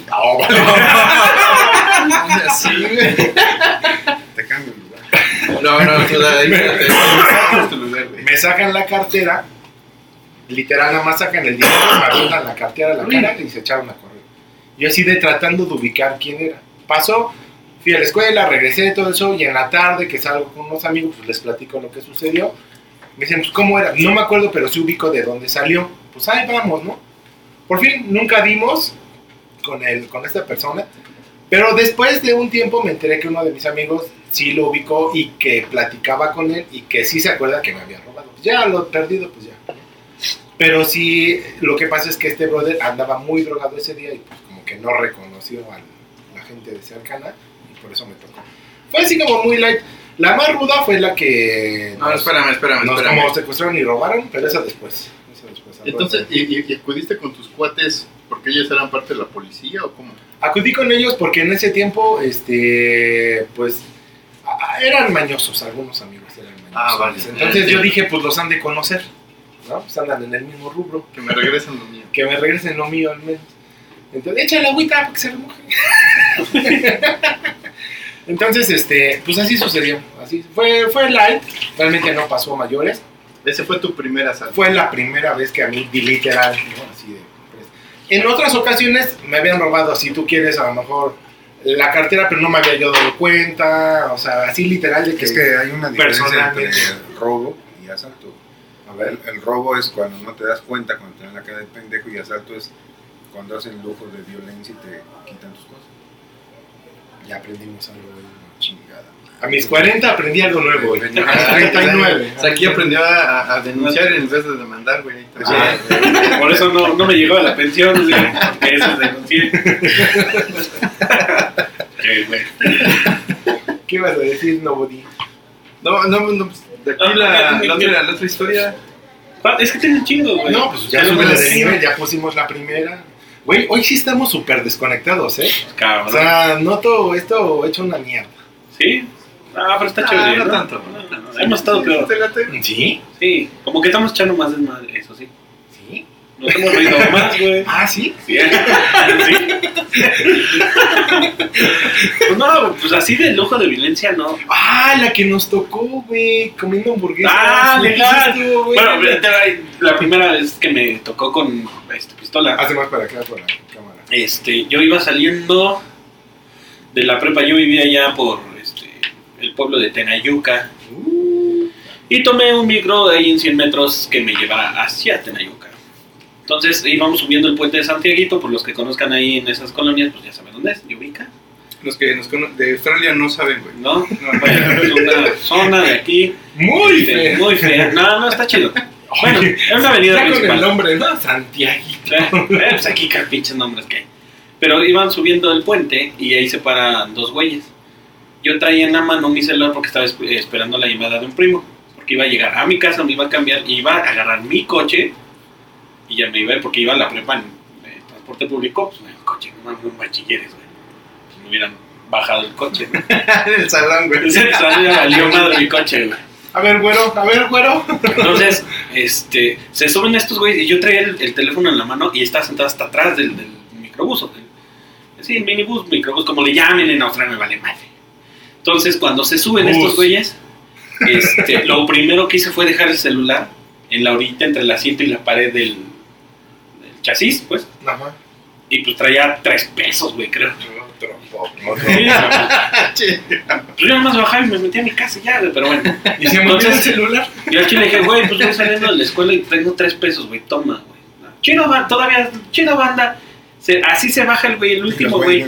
Sí, güey. Te cambio el lugar. No, tú da ahí. Es tu lugar, güey. Me sacan la cartera, literal, nada más sacan el dinero, me avientan la cartera a la cara y se echaron a correr. Yo así de tratando de ubicar quién era. Pasó, fui a la escuela, regresé, todo eso, y en la tarde que salgo con unos amigos, pues les platico lo que sucedió. Me dicen, pues, ¿cómo era? No me acuerdo, pero sí ubico de dónde salió. Pues ahí vamos, ¿no? Por fin, nunca dimos con esta persona, pero después de un tiempo me enteré que uno de mis amigos sí lo ubicó y que platicaba con él y que sí se acuerda que me había robado. Pues ya, lo perdido, pues ya. Pero sí, lo que pasa es que este brother andaba muy drogado ese día y pues como que no reconoció a la gente de cercana y por eso me tocó. Fue así como muy light. La más ruda fue la que No, espérame. nos como secuestraron y robaron, pero esa después. Entonces, ¿y acudiste con tus cuates porque ellos eran parte de la policía o cómo? Acudí con ellos porque en ese tiempo, pues, eran mañosos, algunos amigos eran mañosos. Ah, vale. Entonces yo dije, pues los han de conocer, ¿no? Pues andan en el mismo rubro. Que me regresen lo mío. Que me regresen lo mío al menos. Entonces, échale agüita para que se remoje. Entonces, pues así sucedió. Así fue light, realmente no pasó a mayores. Ese fue tu primer asalto. Fue la primera vez que a mí, literal, ¿no? Así de, pues. En otras ocasiones me habían robado, si tú quieres, a lo mejor la cartera, pero no me había yo dado cuenta. O sea, así literal de que... Es que hay una diferencia entre personalmente. robo y asalto. A ver, El robo es cuando no te das cuenta, cuando te dan la cara de pendejo, y asalto es cuando hacen lujo de violencia y te quitan tus cosas. ya aprendimos algo, güey, chingada. A mis 40 aprendí algo nuevo, güey. A mis Ah, 39. O sea, aquí aprendió a denunciar en vez de demandar, güey. Por eso no me llegó a la pensión, güey, que eso es denuncié. Güey. ¿Qué ibas a decir, Nobody? No, pues, de aquí la otra historia. Es que tiene un chingo, güey. No, pues ya lo subimos ves. de nivel, ya pusimos la primera. Güey, hoy sí estamos súper desconectados, ¿eh? Cabrón. O sea, noto esto hecho una mierda. ¿Sí? Pero está chévere. no tanto. Hemos estado peor. ¿Sí? Sí, como que estamos echando más desmadre, eso sí. ¿Sí? Nos hemos reído más, güey. Ah, ¿sí? Sí. Pues no, pues así de lujo de violencia, no. Ah, la que nos tocó, güey, comiendo hamburguesas. Ah, ¿Qué legal. hiciste tú, güey? Bueno, la primera vez que me tocó con pistola, Hace más para acá, por la cámara. yo iba saliendo de la prepa, yo vivía allá por el pueblo de Tenayuca y tomé un micro de ahí en 100 metros que me llevaba hacia Tenayuca. Entonces íbamos subiendo el puente de Santiaguito, por los que conozcan ahí en esas colonias, pues ya saben dónde es, de Ubica, Los que de Australia no saben, güey. ¿no? Bueno, es una zona de aquí Muy feo. muy fea. No, está chido. Bueno, es una avenida Ya con el principal. nombre, ¿no? Santiaguito. Pues aquí qué pinches nombres que hay. Pero iban subiendo el puente y ahí se paran dos güeyes. Yo traía en la mano mi celular porque estaba esperando la llamada de un primo. Porque iba a llegar a mi casa, me iba a cambiar, iba a agarrar mi coche y ya me iba a ir porque iba a la prepa en transporte público. Pues el coche, no un bachilleres, güey. Pues me hubieran bajado el coche, ¿no? En el salón, güey. Ese ya valió madre mi coche, güey. A ver, güero. Entonces, se suben estos güeyes y yo traía el teléfono en la mano y estaba sentado hasta atrás del microbús. Sí, minibús, microbús, como le llamen en Australia, me vale madre. Entonces, cuando se suben Bus. estos güeyes, lo primero que hice fue dejar el celular en la orilla entre el asiento y la pared del chasis, pues. Ajá. Y pues traía 3 pesos, güey, creo. Sí. Pues yo nada más bajaba y me metí a mi casa ya, güey, pero bueno. Y se me olvidó el celular. Yo aquí le dije, güey, pues voy saliendo de la escuela y tengo 3 pesos, güey, toma, güey. Chido, todavía, chido, banda. Así se baja el güey, el último, güey.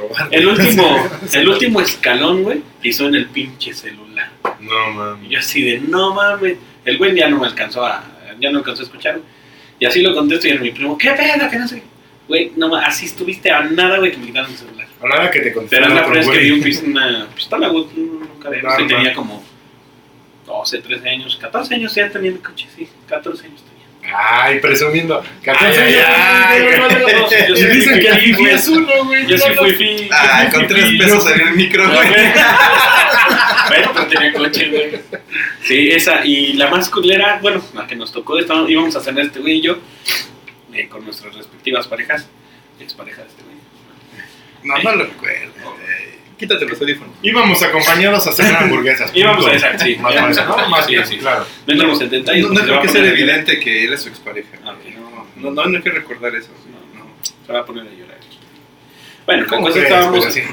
El último escalón, güey, y suena el pinche celular. No, Y mami. yo así de, no mames. El güey ya no alcanzó a escuchar, güey. Y así lo contesto y era mi primo, ¿qué pedo? Que no sé. Güey, no mames, así estuviste a nada, güey, que me quitaron el celular. A nada que te Pero contestaron es la otro primera vez que güey. vi una pistola, güey. Nunca había visto. No, Tenía no. como 12, 13 años, 14 años ya tenía mi coche, sí. 14 años tenía. Ay, presumiendo. 14 Ay, años. ay, Yo Y sí dicen fui que el fi, fifi güey. es uno, güey. Yo sí fui fi. Ah, con 3 pesos en el micro, güey. Bueno, pero tenía coche, güey. Sí, esa. Y la más culera, bueno, la que nos tocó, íbamos a cenar este güey y yo, con nuestras respectivas parejas, exparejas de este güey. No lo recuerdo. Quítate los audífonos. Íbamos acompañados a hacer hamburguesas. Íbamos punto. a esa, sí. Más o íbamos menos, a- ¿no? Más sí, bien, sí. claro. No entramos en detalles. No porque se creo va a que sea poner a llorar. evidente que él es su expareja. Ah, ok. No hay que recordar eso. No. Se va a poner a llorar. Bueno, ¿Cómo pues crees? estábamos. Pero sí.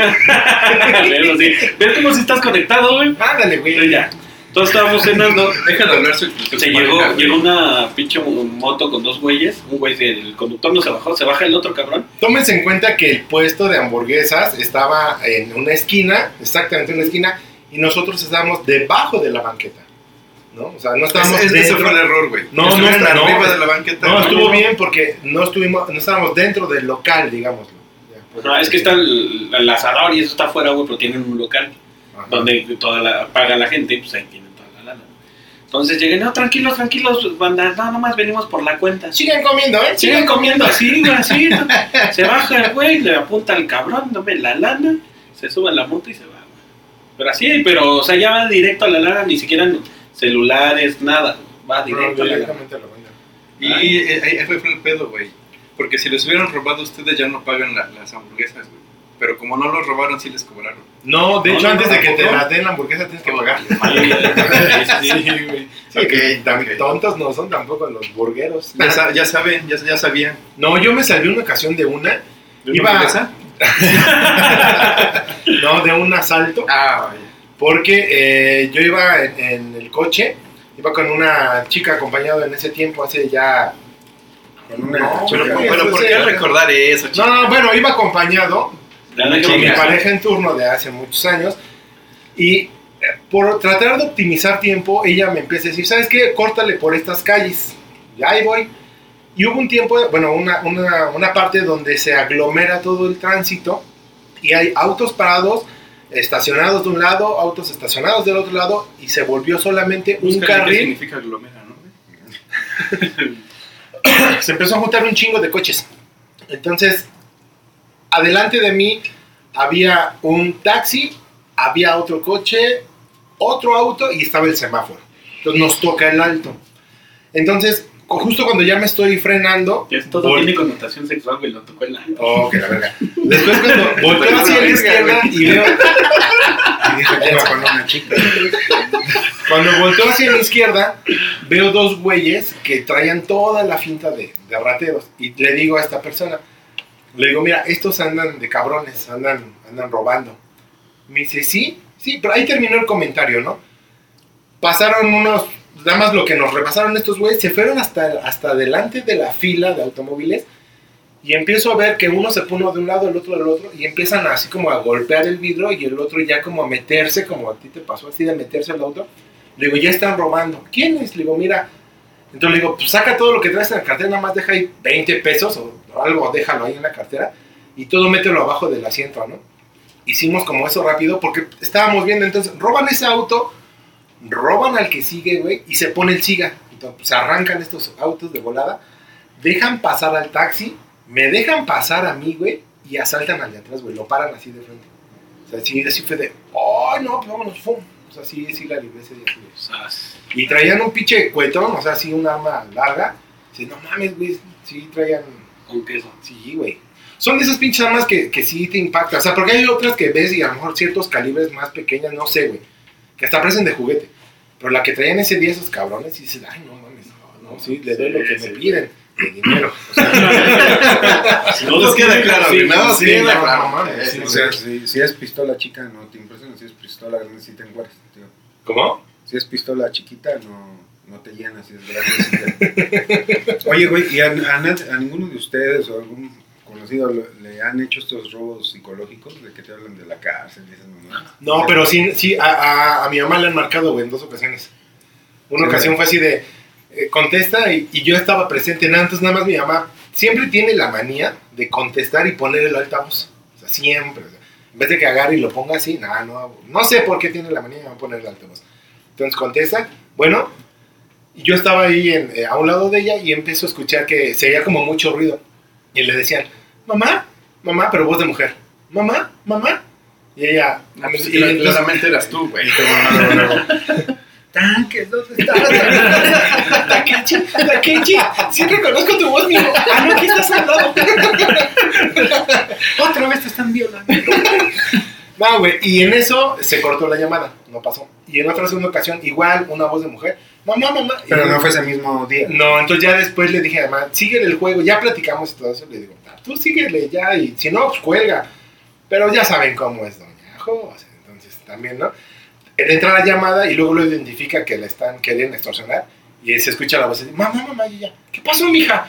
Pero sí. ¿Ves cómo si estás conectado, güey? Ándale, Pero güey. ya. Todos estábamos cenando. Deja de hablar su Se llegó una pinche moto con 2 güeyes. Un güey, el conductor no se bajó, se baja el otro cabrón. Tómense en cuenta que el puesto de hamburguesas estaba en una esquina, exactamente en una esquina, y nosotros estábamos debajo de la banqueta, ¿no? O sea, no estábamos Ese dentro. fue el error, güey. No, Estuvieron no, arriba no. de la banqueta. No, estuvo bien porque no estábamos dentro del local, digámoslo. Ya, pues. No, es que está el asador y eso está afuera, güey, pero tienen un local Ajá. donde paga la gente y pues ahí tienen toda la lana. Entonces llegué, no, tranquilos, banda, no, nomás venimos por la cuenta. Sigan comiendo, ¿eh? Siguen comiendo así, güey, así. ¿No? Se baja el güey, le apunta al cabrón, dame la lana, se sube a la moto y se va, güey. Pero así, o sea, ya va directo a la lana, ni siquiera celulares, nada. Va No, directo a la lana. directamente a la banca. Y ahí fue el pedo, güey. Porque si les hubieran robado, ustedes ya no pagan las hamburguesas, güey. Pero como no los robaron, sí les cobraron. No, de No, hecho, no, antes no, de que te tampoco. la den la hamburguesa tienes que pagar. Sí, sí, sí. Sí, güey. Sí, Ok, que tan ok. tontos no son tampoco los burgueros. Ya saben, ya sabían. No, yo me salí una ocasión de una. ¿De una Iba- hamburguesa? No, de un asalto. Ah, vaya. Porque yo iba en el coche, iba con una chica acompañado en ese tiempo, hace ya... Con una No, chica. pero ¿por qué recordar eso, chico? No, bueno, iba acompañado Dale, con mi chingas. pareja en turno de hace muchos años y por tratar de optimizar tiempo, ella me empieza a decir, ¿sabes qué? Córtale por estas calles. Y ahí voy. Y hubo un tiempo, bueno, una parte donde se aglomera todo el tránsito y hay autos parados, estacionados de un lado, autos estacionados del otro lado y se volvió solamente un Búscale qué carril. significa aglomera, ¿no? Se empezó a juntar un chingo de coches. Entonces, adelante de mí había un taxi, había otro coche, otro auto y estaba el semáforo. Entonces nos toca el alto. Entonces, justo cuando ya me estoy frenando... Todo tiene connotación sexual, güey, lo tocó el alto. Oh, que la verga. Después cuando volteo hacia la izquierda y veo... Y dije que iba con una chica. Cuando volteo hacia la izquierda, veo dos güeyes que traían toda la finta de rateros. Y le digo a esta persona, le digo, mira, estos andan de cabrones, andan robando. Me dice, sí, pero ahí terminó el comentario, ¿no? Pasaron unos, nada más lo que nos repasaron estos güeyes, se fueron hasta delante de la fila de automóviles y empiezo a ver que uno se pone de un lado, el otro del otro, y empiezan así como a golpear el vidrio y el otro ya como a meterse, como a ti te pasó así de meterse al auto. Le digo, ya están robando. ¿Quiénes? Le digo, mira. Entonces le digo, pues saca todo lo que traes en la cartera, nada más deja ahí 20 pesos o algo, déjalo ahí en la cartera y todo mételo abajo del asiento, ¿no? Hicimos como eso rápido porque estábamos viendo, entonces roban ese auto, roban al que sigue, güey, y se pone el siga. Entonces pues, arrancan estos autos de volada, dejan pasar al taxi, me dejan pasar a mí, güey, y asaltan al de atrás, güey, lo paran así de frente. O sea, así fue de, ¡ay, no, pues vámonos, fum! O sea, sí la libré ese día. Y traían un pinche cuetón, o sea, así un arma larga. Dice, no mames, güey, sí traían... ¿Con queso? Sí, güey. Son de esas pinches armas que sí te impactan. O sea, porque hay otras que ves y a lo mejor ciertos calibres más pequeñas, no sé, güey. Que hasta parecen de juguete. Pero la que traían ese día esos cabrones, y dices, ay, no mames, no, sí, le doy lo que me piden. De dinero. O sea, si no nos queda claro, sí, no, sí, queda no, claro. no mames, O sea, si es pistola chica, no te impresiona. Si es pistola grande, sí te enguardas, tío. ¿Cómo? Si es pistola chiquita, no te llenas. Si es grande, sí. Oye, güey, ¿y a ninguno de ustedes o algún conocido le han hecho estos robos psicológicos de que te hablan de la cárcel y esas mamadas? No, pero sí a mi mamá le han marcado, güey, en 2 ocasiones. Una ocasión fue así de, contesta y yo estaba presente. Entonces nada más mi mamá siempre tiene la manía de contestar y poner el altavoz. O sea, siempre. O sea, en vez de que agarre y lo ponga así, no sé por qué tiene la manía de poner el altavoz. Entonces contesta, bueno, y yo estaba ahí a un lado de ella y empezó a escuchar que se oía como mucho ruido. Y le decían, mamá, pero voz de mujer, mamá. Y ella... claramente eras tú, güey. Tanques, ¿dónde estás? Takechi, sí reconozco tu voz, mijo. Ah, no, aquí estás al lado. Otra vez te están violando. No, güey, y en eso se cortó la llamada, no pasó. Y en otra segunda ocasión, igual, una voz de mujer, mamá. Pero no fue ese mismo día. No, entonces ya después le dije a mamá, síguele el juego, ya platicamos y todo eso. Le digo, tú síguele ya, y si no, pues cuelga. Pero ya saben cómo es doña Jo, entonces también, ¿no? Entra la llamada y luego lo identifica que la están queriendo extorsionar. Y se escucha la voz y dice, mamá, y ella, ¿qué pasó, mija?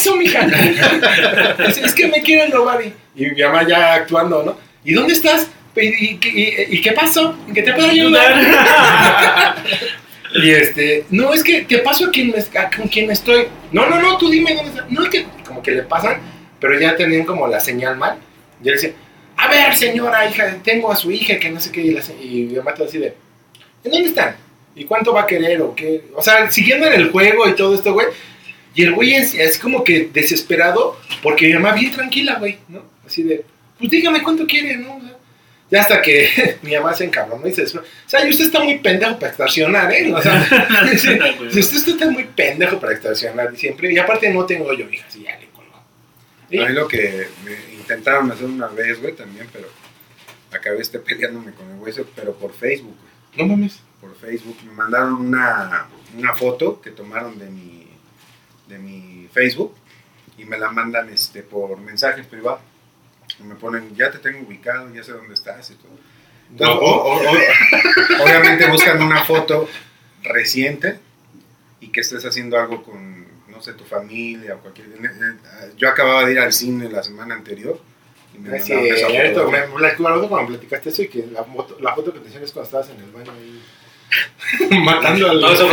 Es que me quieren robar. Y mi mamá ya actuando, ¿no? ¿Y dónde estás? ¿Y qué pasó? ¿En qué te puedo ayudar? Y no, es que te paso con quien estoy. No, tú dime dónde estás. No, es que como que le pasan, pero ya tenían como la señal mal. Y él decía, a ver, señora, hija, tengo a su hija que no sé qué. Y mi mamá todo así de, ¿en dónde están? ¿Y cuánto va a querer o qué? O sea, siguiendo en el juego y todo esto, güey. Y el güey es como que desesperado, porque mi mamá bien tranquila, güey, ¿no? Así de, pues dígame cuánto quiere, ¿no? O sea, ya hasta que mi mamá se encabronó y se desesperó. O sea, y usted está muy pendejo para extorsionar, ¿eh? O sea, si usted está muy pendejo para extorsionar siempre. Y aparte no tengo yo, hija, así ya le colgó. ¿Sí? A mí lo que me intentaron hacer una vez, güey, también, pero acabé peleándome con el güey, pero por Facebook, güey. No mames. Por Facebook. Me mandaron una foto que tomaron de mi Facebook y me la mandan por mensajes privados. Y me ponen, ya te tengo ubicado, ya sé dónde estás y todo. Entonces, obviamente buscan una foto reciente y que estés haciendo algo con, no sé, tu familia o cualquier... Yo acababa de ir al cine la semana anterior y me mandaron esa foto. Me acuerdo cuando platicaste eso y que la foto que te enseñas cuando estabas en el baño ahí matando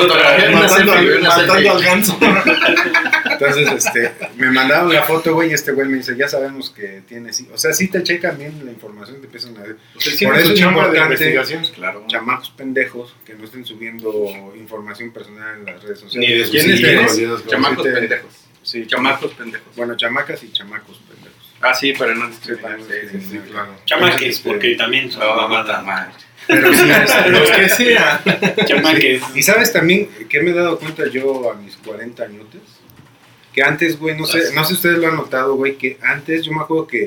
al ganso. Entonces, me mandaron la foto, güey, y güey me dice, ya sabemos que tienes... O sea, sí te checan bien la información, te empiezan a ver. Por eso es importante, claro, chamacos pendejos, que no estén subiendo información personal en las redes sociales. Ni de sus hijos, chamacos pendejos. Sí, chamacos pendejos. Bueno, chamacas y chamacos pendejos. Ah, sí, para no Sí, discriminar. sí, claro. Chamaques, porque también son mamadas. Pero sí, Los que sean. Chamaques. y sabes también que me he dado cuenta yo a mis 40 añotes, que antes, güey, no sé si ustedes lo han notado, güey, que antes yo me acuerdo que,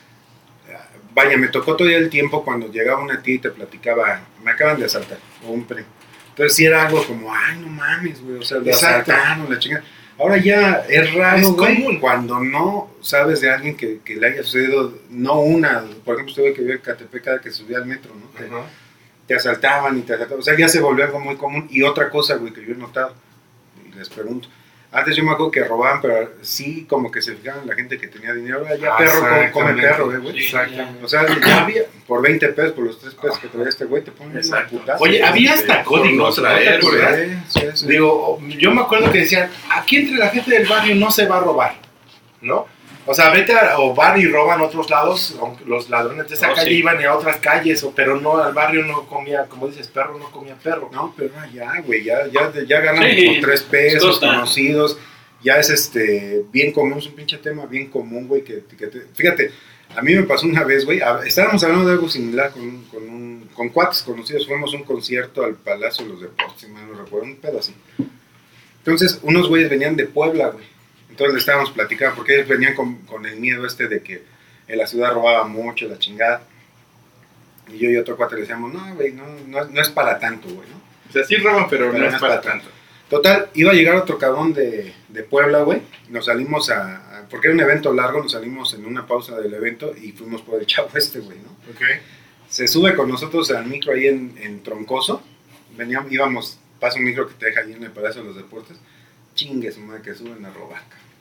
vaya, me tocó todavía el tiempo cuando llegaba una tía y te platicaba, me acaban de asaltar, o un primo. Entonces sí era algo como, ay, no mames, güey, o sea, de Exacto. asaltaron, la chingada. Ahora ya es raro, Es güey, común. cuando no sabes de alguien que le haya sucedido, no una, por ejemplo, usted ve que vive en Catepec cada que subía al metro, ¿no? Te asaltaban y te asaltaban, o sea, ya se volvió algo muy común. Y otra cosa, güey, que yo he notado, y les pregunto, antes yo me acuerdo que robaban, pero sí como que se fijaban en la gente que tenía dinero, ahora ya perro come perro, güey. Exactamente. O sea, ya había, por 20 pesos, por los 3 pesos que traía este güey, te ponen una Exacto. putada. Oye, había hasta códigos, por ¿no? no ¿Te traer, acuerdas? Sí. Digo, yo me acuerdo que decían, aquí entre la gente del barrio no se va a robar, ¿no? O sea, vete o van y roban a otros lados, aunque los ladrones de esa Oh, calle sí. iban a otras calles, pero no, al barrio no comía, como dices, perro no comía perro. No, pero ya, güey, ya ganan Sí, por 3 pesos, costa. conocidos, ya es bien común, es un pinche tema bien común, güey, fíjate, a mí me pasó una vez, güey, estábamos hablando de algo similar con cuates conocidos, fuimos a un concierto al Palacio de los Deportes, si mal no recuerdo, un pedo así. Entonces, unos güeyes venían de Puebla, güey, entonces le estábamos platicando, porque ellos venían con el miedo de que en la ciudad robaba mucho, la chingada, y yo y otro cuate le decíamos, no, güey, no es para tanto, güey, ¿no? O sea, sí roban, pero no es para tanto. Total, iba a llegar otro cabrón de Puebla, güey. Nos salimos porque era un evento largo, nos salimos en una pausa del evento y fuimos por el Chavo güey, ¿no? Ok. Se sube con nosotros al micro ahí en Troncoso. Íbamos, pasa un micro que te deja ahí en el Palacio de los Deportes. Chingue su madre, que suben a robar.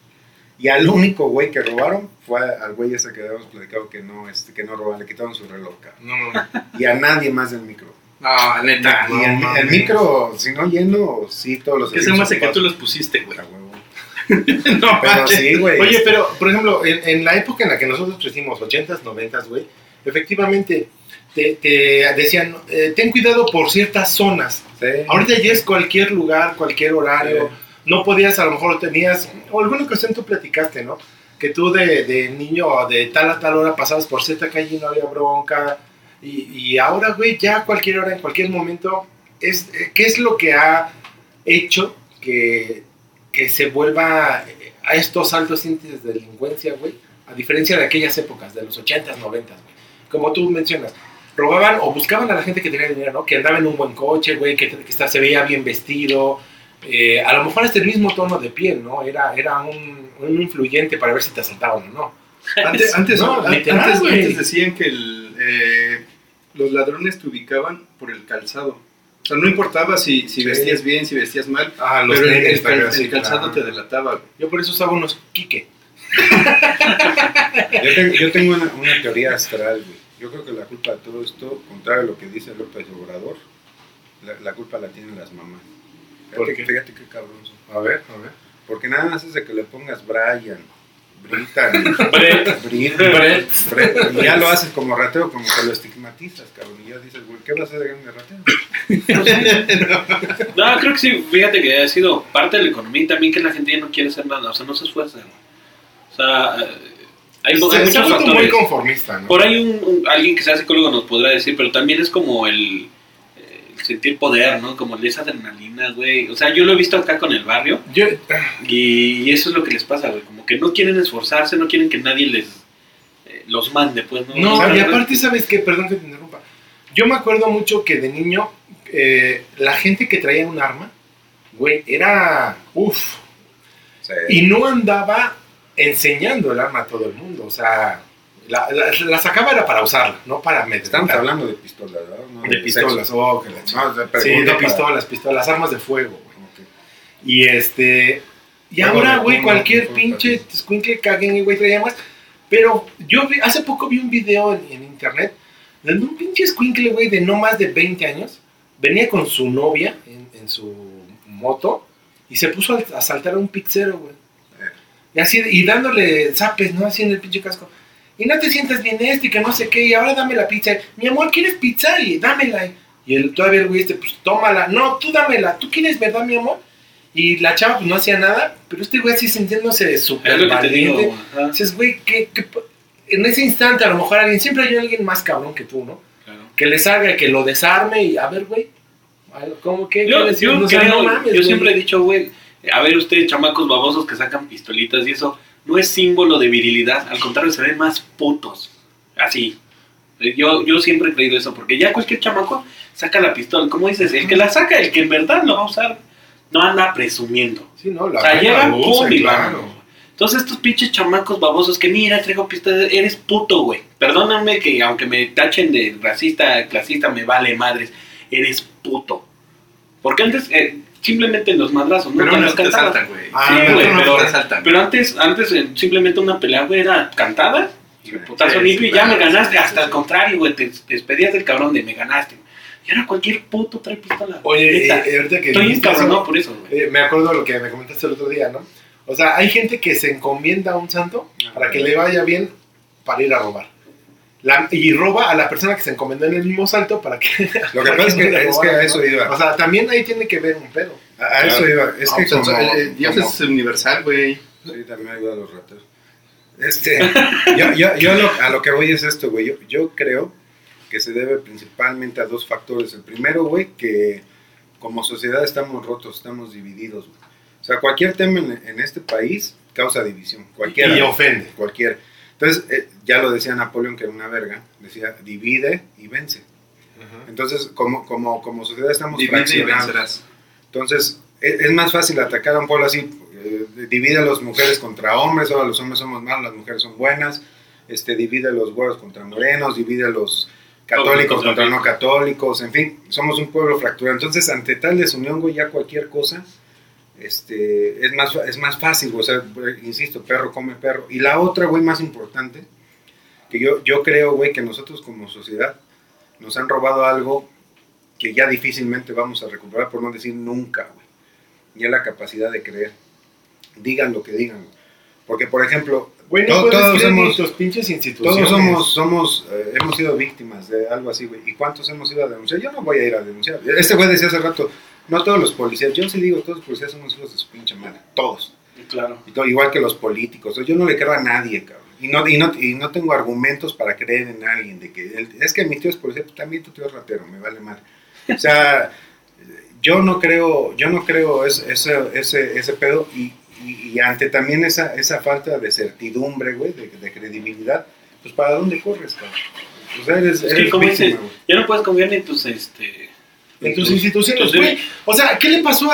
Y al único güey que robaron fue al güey ese que habíamos platicado que no robaban, le quitaron su reloj, cabrón. No. Y a nadie más del micro. No, neta. Y el micro, si no lleno, sí, todos los... ¿Qué se me hace que tú los pusiste, güey? A huevo. No, Pero sí, güey. Oye, pero, por ejemplo, en la época en la que nosotros crecimos, 80s, 90s, güey, efectivamente te decían, ten cuidado por ciertas zonas. Sí. Ahorita ya es cualquier lugar, cualquier horario. No podías, a lo mejor tenías, o alguna cuestión tú platicaste, ¿no? Que tú de niño de tal a tal hora pasabas por cierta calle y no había bronca. Y ahora, güey, ya a cualquier hora, en cualquier momento, ¿qué es lo que ha hecho que se vuelva a estos altos índices de delincuencia, güey? A diferencia de aquellas épocas, de los 80s, 90s, güey. Como tú mencionas, robaban o buscaban a la gente que tenía dinero, ¿no? Que andaba en un buen coche, güey, que se veía bien vestido. A lo mejor hasta el mismo tono de piel, ¿no? Era un influyente para ver si te asaltaban o no. Antes decían que los ladrones te ubicaban por el calzado. O sea, no importaba si vestías bien, si vestías mal, Los pero tenis, el calzado te delataba, güey. Yo por eso usaba unos Kike. Yo tengo una teoría astral, güey. Yo creo que la culpa de todo esto, contrario a lo que dice López Obrador, la culpa la tienen las mamás. Fíjate qué cabrón son. A ver. Porque nada más es de que le pongas Brian, Britan, Brett. Brett, y ya lo haces como rateo, como que lo estigmatizas, cabrón. Y ya dices, güey, ¿qué vas a hacer de rateo? No, creo que sí, fíjate que ha sido parte de la economía y también que la gente ya no quiere hacer nada, o sea, no se esfuerza. O sea, hay Se ha muchos vuelto muy factores. conformista, ¿no? Por ahí alguien que sea psicólogo nos podrá decir, pero también es como el sentir poder, ¿no? Como esa adrenalina, güey. O sea, yo lo he visto acá con el barrio y eso es lo que les pasa, güey. Como que no quieren esforzarse, no quieren que nadie los mande, pues, ¿no? No, O sea, y aparte, ¿sabes qué? Perdón que te interrumpa. Yo me acuerdo mucho que de niño, la gente que traía un arma, güey, era... Uf. Sí. Y no andaba enseñando el arma a todo el mundo. O sea, la sacaba era para usarla, no para meter. Estamos hablando de pistolas, ¿verdad? No, de pistolas. sexo. Oh, que la No, de sí, de pregunta pistolas, armas de fuego, güey. Ok. Y y Juego ahora, de güey, turno, cualquier de pinche turno. escuincle caguen y güey traía más. Pero yo hace poco vi un video en internet donde un pinche escuincle, güey, de no más de 20 años, venía con su novia en su moto y se puso a asaltar a un pizzero, güey. Y así, y dándole zapes, ¿no? Así en el pinche casco. Y no te sientas bien y que no sé qué, y ahora dame la pizza. Mi amor, ¿quieres pizza? Y dámela. Y todavía el güey pues tómala. No, tú dámela. ¿Tú quieres, verdad, mi amor? Y la chava pues no hacía nada, pero este güey así sintiéndose Es súper lo que te digo. valiente. Ajá, Dices, güey, en ese instante a lo mejor siempre hay alguien más cabrón que tú, ¿no? claro. Que le salga, que lo desarme y a ver, güey, ¿cómo que? Yo, ¿qué decir? yo O sea, creo, no mames, yo güey. siempre he dicho, güey, a ver ustedes chamacos babosos que sacan pistolitas y eso, no es símbolo de virilidad, al contrario, se ven más putos, así. Yo siempre he creído eso, porque ya cualquier chamaco saca la pistola, como dices, el que la saca, el que en verdad lo va a usar, no anda presumiendo. Sí, no, O sea, llega, vaina usa, pum, y claro. vámonos. Entonces estos pinches chamacos babosos que mira, traigo pistola, eres puto, güey. Perdóname que aunque me tachen de racista, clasista, me vale madres, eres puto. Porque antes, simplemente los madrazos, ¿no? Pero Cuando no te cantabas. asaltan, güey. Ah, Sí, no, güey, no pero, te asaltan. pero antes simplemente una pelea, güey, era cantada, y putazo Sí, limpio sí, y ya me claro, ganaste. sí, Hasta sí. al contrario, güey, te despedías del cabrón de me ganaste. Y ahora cualquier puto trae pistola. Oye, Neta. ahorita que Estoy dijiste encabronado eso, por eso, güey. me acuerdo de lo que me comentaste el otro día, ¿no? O sea, hay gente que se encomienda a un santo para que le vaya bien para ir a robar. Y roba a la persona que se encomendó en el mismo salto para que... Lo que para pasa es no le que robaran, a eso ¿no? iba. O sea, también ahí tiene que ver un pedo. A eso iba. Es que O sea, como... Dios como- es universal, güey. Sí, también ayuda a los rateros. A lo que voy es esto, güey. Yo creo que se debe principalmente a dos factores. El primero, güey, que como sociedad estamos rotos, estamos divididos, güey. O sea, cualquier tema en este país causa división. Cualquiera. Y ofende. Cualquiera. Entonces, ya lo decía Napoleón, que era una verga. Decía, divide y vence. Entonces, como sociedad estamos Divide y fraccionados. vencerás. Entonces, es más fácil atacar a un pueblo así, divide a las mujeres contra hombres, ahora los hombres somos malos, las mujeres son buenas, divide a los güeros contra morenos, divide a los católicos contra no católicos, en fin, somos un pueblo fracturado. Entonces, ante tal desunión, güey, ya cualquier cosa es más fácil, o sea, insisto, perro come perro. Y la otra, güey, más importante, que yo creo, güey, que nosotros como sociedad nos han robado algo que ya difícilmente vamos a recuperar, por no decir nunca, güey. Y es la capacidad de creer. Digan lo que digan, güey. Porque, por ejemplo, Güey, no todos puedes creer ni hemos- tus pinches instituciones. todos hemos sido víctimas de algo así, güey. ¿Y cuántos hemos ido a denunciar? Yo no voy a ir a denunciar. Este güey decía hace rato, no todos los policías, yo sí digo, todos los policías somos hijos de su pinche madre. Todos. Claro. Igual que los políticos. Yo no le creo a nadie, cabrón. Y no tengo argumentos para creer en alguien. De que es que mi tío es policía, pues también tu tío es ratero, me vale mal. O sea, yo no creo ese pedo. Y ante también esa falta de certidumbre, güey, de credibilidad, pues ¿para dónde corres, cabrón? O sea, Es que eres como víctima, dices, güey. ya no puedes confiar en tus En tus instituciones, tus- güey. O sea, ¿qué le pasó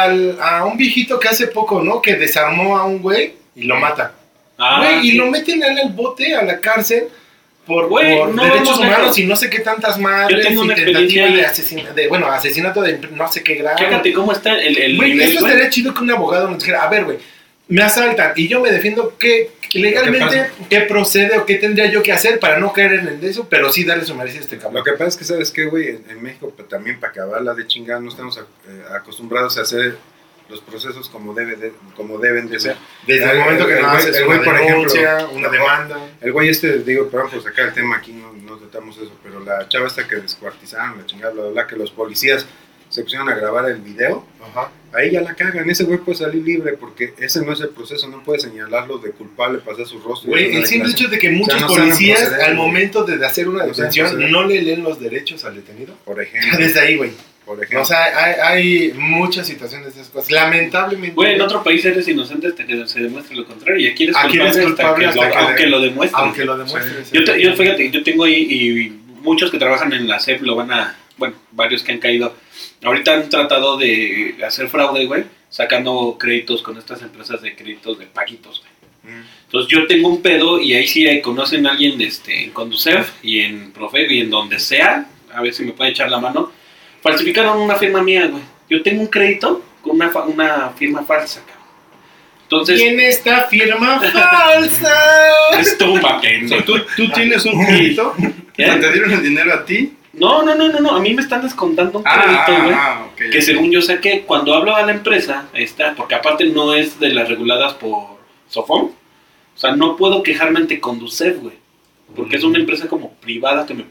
a un viejito que hace poco, ¿no? Que desarmó a un güey y lo mata. Güey, y sí. lo meten en el bote, a la cárcel, por Güey, no derechos vamos humanos lejos. y no sé qué tantas madres. Yo tengo una y tentativa experiencia de asesinato de no sé qué grado. Fíjate cómo está el Güey, nivel, esto güey. estaría chido que un abogado nos dijera, a ver, güey, me asaltan y yo me defiendo, ¿qué legalmente qué procede o qué tendría yo que hacer para no caer en eso, pero sí darle su merecido a este cabrón? Lo que pasa es que, ¿sabes qué, güey? En México, pues, también para acabarla de chingar, no estamos acostumbrados a hacer los procesos como deben de ser. Desde el momento que el no güey- haces el una güey, por denuncia, ejemplo, una no, demanda. El güey digo, perdón por sacar el tema aquí, no tratamos eso, pero la chava esta que descuartizaron, la chingada, bla, bla, bla, que los policías se pusieron a grabar el video, Ajá. ahí ya la cagan, ese güey puede salir libre porque ese no es el proceso, no puede señalarlo de culpable, pasar su rostro. y Güey, hacer una el simple declaración. hecho de que muchos no saben policías proceder, al güey. momento de hacer una No saben detención proceder. no le leen los derechos al detenido. Por Ya ejemplo, desde ahí, güey. O por ejemplo. sea, hay muchas situaciones de esas cosas. Lamentablemente. Güey, en otro país eres inocente hasta que se demuestre lo contrario. Y aquí eres Aquí eres culpable hasta que aunque lo demuestres. aunque lo demuestres. Yo fíjate, yo tengo ahí, y muchos que trabajan en la SEP lo van a, bueno, varios que han caído. Ahorita han tratado de hacer fraude, güey, sacando créditos con estas empresas de créditos de paquitos, güey. Entonces yo tengo un pedo y ahí sí conocen a alguien en Conducef y en Profe y en donde sea, a ver si me puede echar la mano. Falsificaron una firma mía, güey. Yo tengo un crédito con una firma falsa, cabrón. Entonces, Tiene esta firma falsa. estúpate, O sea, ¿no? ¿tú tienes un crédito? ¿Eh? ¿Te dieron el dinero a ti? No, a mí me están descontando un crédito, güey. Ok. Que según yo saqué, cuando hablo a la empresa, porque aparte no es de las reguladas por Sofón, o sea, no puedo quejarme ante Conducef, güey, porque es una empresa como privada que me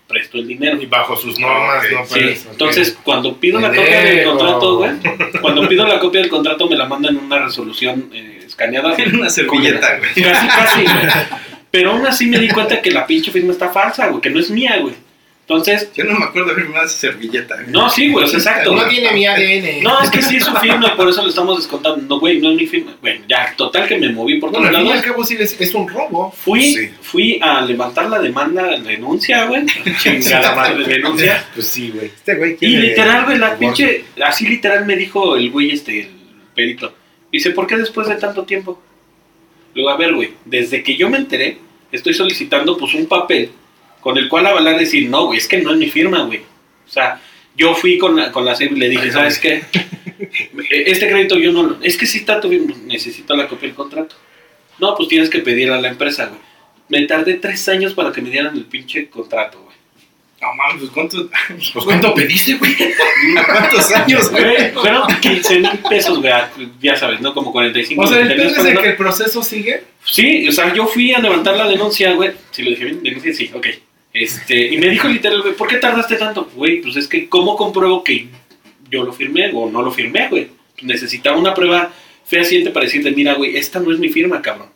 presto el dinero. Y bajo sus normas, Ok, no Sí, puedes. entonces cuando pido la Pendejo. copia del contrato, güey, cuando pido la copia del contrato me la mandan en una resolución escaneada. Tiene una servilleta, güey. Casi, güey. Pero aún así me di cuenta que la pinche firma está falsa, güey, que no es mía, güey. Entonces, Yo no me acuerdo de haber firmado esa servilleta, güey. no, sí, güey, o sea, exacto. No güey. tiene mi ADN. No, es que sí es su firma y por eso le estamos descontando. No, güey, no es mi firma. Bueno, ya, total que me moví por Bueno, todos al fin y al lados. cabo sí es un robo. Sí. Fui a levantar la demanda, la denuncia, güey. Chingada madre, denuncia. Pues sí, güey. Este güey Y quiere literal, güey, la divorcio. pinche, así literal me dijo el güey el perito. Dice, ¿por qué después de tanto tiempo? Luego, a ver, güey, desde que yo me enteré, estoy solicitando pues un papel con el cual avalar decir, no, güey, es que no es mi firma, güey. O sea, yo fui con la SEP y le dije, ¿sabes qué? Este crédito yo no, es que sí está tu firma, necesito la copia del contrato. No, pues tienes que pedir a la empresa, güey. Me tardé 3 años para que me dieran el pinche contrato, güey. No mames, pues ¿cuántos? Pues ¿cuánto pediste, güey? ¿Cuántos años, güey? Güey, fueron 15,000 pesos, güey, ya sabes, ¿no? Como 45. O sea, el tenías pedo es de para- que el proceso sigue. Sí, o sea, yo fui a levantar la denuncia, güey. Si lo dije bien, denuncia, sí, ok. Y me dijo literal, güey, ¿por qué tardaste tanto? Güey, pues es que, ¿cómo compruebo que yo lo firmé o no lo firmé, güey? Necesitaba una prueba fehaciente para decirle, mira, güey, esta no es mi firma, cabrón.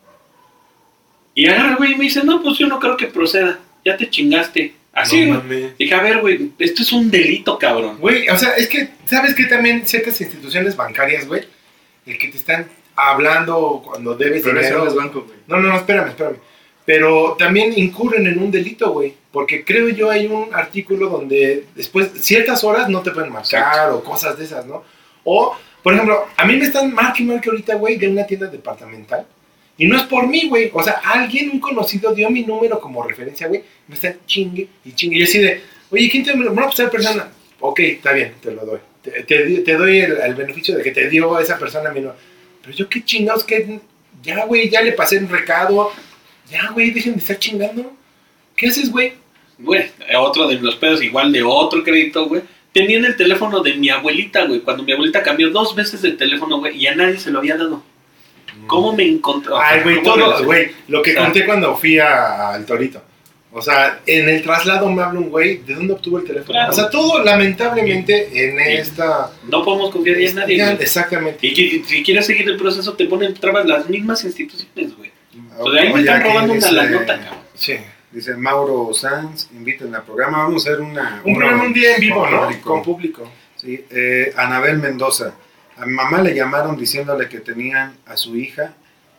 Y agarra, güey, y me dice, no, pues yo no creo que proceda. Ya te chingaste. Así, No güey. mames. Dije, a ver, güey, esto es un delito, cabrón. Güey, o sea, es que, ¿sabes qué? También ciertas instituciones bancarias, güey, el que te están hablando cuando debes Pero eso dinero. no es banco, güey. No, espérame. Pero también incurren en un delito, güey. Porque creo yo hay un artículo donde después ciertas horas no te pueden marcar o cosas de esas, ¿no? O, por ejemplo, a mí me están marque ahorita, güey, de una tienda departamental. Y no es por mí, güey. O sea, alguien, un conocido, dio mi número como referencia, güey. Me está chingue. Y yo así de, oye, ¿quién te dio mi número? Bueno, pues esa persona. Ok, está bien, te lo doy. Te doy el beneficio de que te dio a esa persona mi número. Pero yo qué chingados, que ya, güey, ya le pasé un recado. Ya, güey, dejen de estar chingando. ¿Qué haces, güey? Güey, otro de los pedos, igual de otro crédito, güey. Tenían el teléfono de mi abuelita, güey. Cuando mi abuelita cambió 2 veces de teléfono, güey, y a nadie se lo había dado. ¿Cómo me encontró? Ay, güey, ¿Cómo todo, relacioné? güey, lo que O sea, conté cuando fui al Torito. O sea, en el traslado me habla un güey, ¿de dónde obtuvo el teléfono? Claro. O sea, todo lamentablemente en Sí. esta... No podemos confiar ya en nadie, güey. Exactamente. Y que, si quieres seguir el proceso, te ponen trabas las mismas instituciones, güey. O sea, ahí me Oye, están aquí robando una dice- la nota, cabrón. Sí. Dice Mauro Sanz, inviten al programa. Vamos a hacer Un programa un día en vivo, con ¿no? público. Con público. Sí, Anabel Mendoza. A mi mamá le llamaron diciéndole que tenían a su hija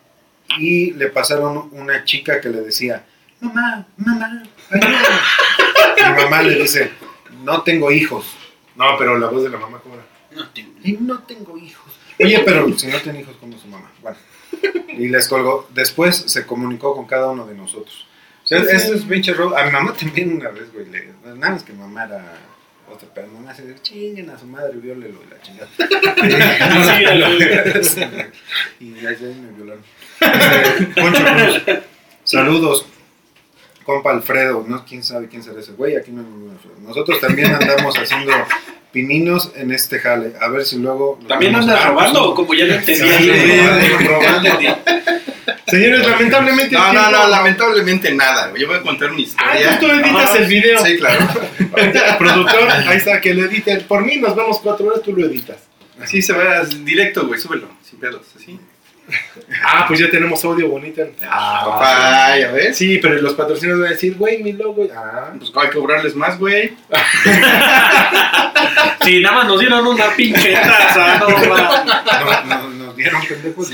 y le pasaron una chica que le decía, mamá, ayúdame". Mi mamá le dice, no tengo hijos. No, pero la voz de la mamá, ¿cómo era? No, tengo- Y no tengo hijos. Oye, pero si no tiene hijos, ¿cómo es su mamá? Bueno. Y les colgó. Después se comunicó con cada uno de nosotros. O sea, eso es pinche robo. A mi mamá también una vez, güey. Nada más que mi mamá era otra, pero mi mamá se dice, chinguen a su madre, viólelo y la chingada. Sí, a la verga. Y ahí me violaron. Poncho Cruz. Saludos. Compa Alfredo, no, quién sabe quién será ese güey, aquí no hay ningún Alfredo. Nosotros también andamos haciendo pininos en este jale, a ver si luego... ¿También andas robando? Como ya lo entendí. Sí, Ya robando. entendí. Señores, lamentablemente... el No, tiempo- lamentablemente nada, güey. Yo voy a contar mi Ah, historia. tú editas el video. Sí, claro. Ahorita el productor, ahí está, que lo edite. Por mí nos vemos 4 horas, tú lo editas. Así se va directo, güey. Súbelo, sin pedos, así. Ah, pues ya tenemos audio bonito. Papá, ¿ya ves? Sí, pero los patrocinios van a decir, güey, mi logo. Ah, Pues hay que cobrarles más, güey. Sí, nada más nos dieron una pinche taza, no va. Nos dieron pendejos.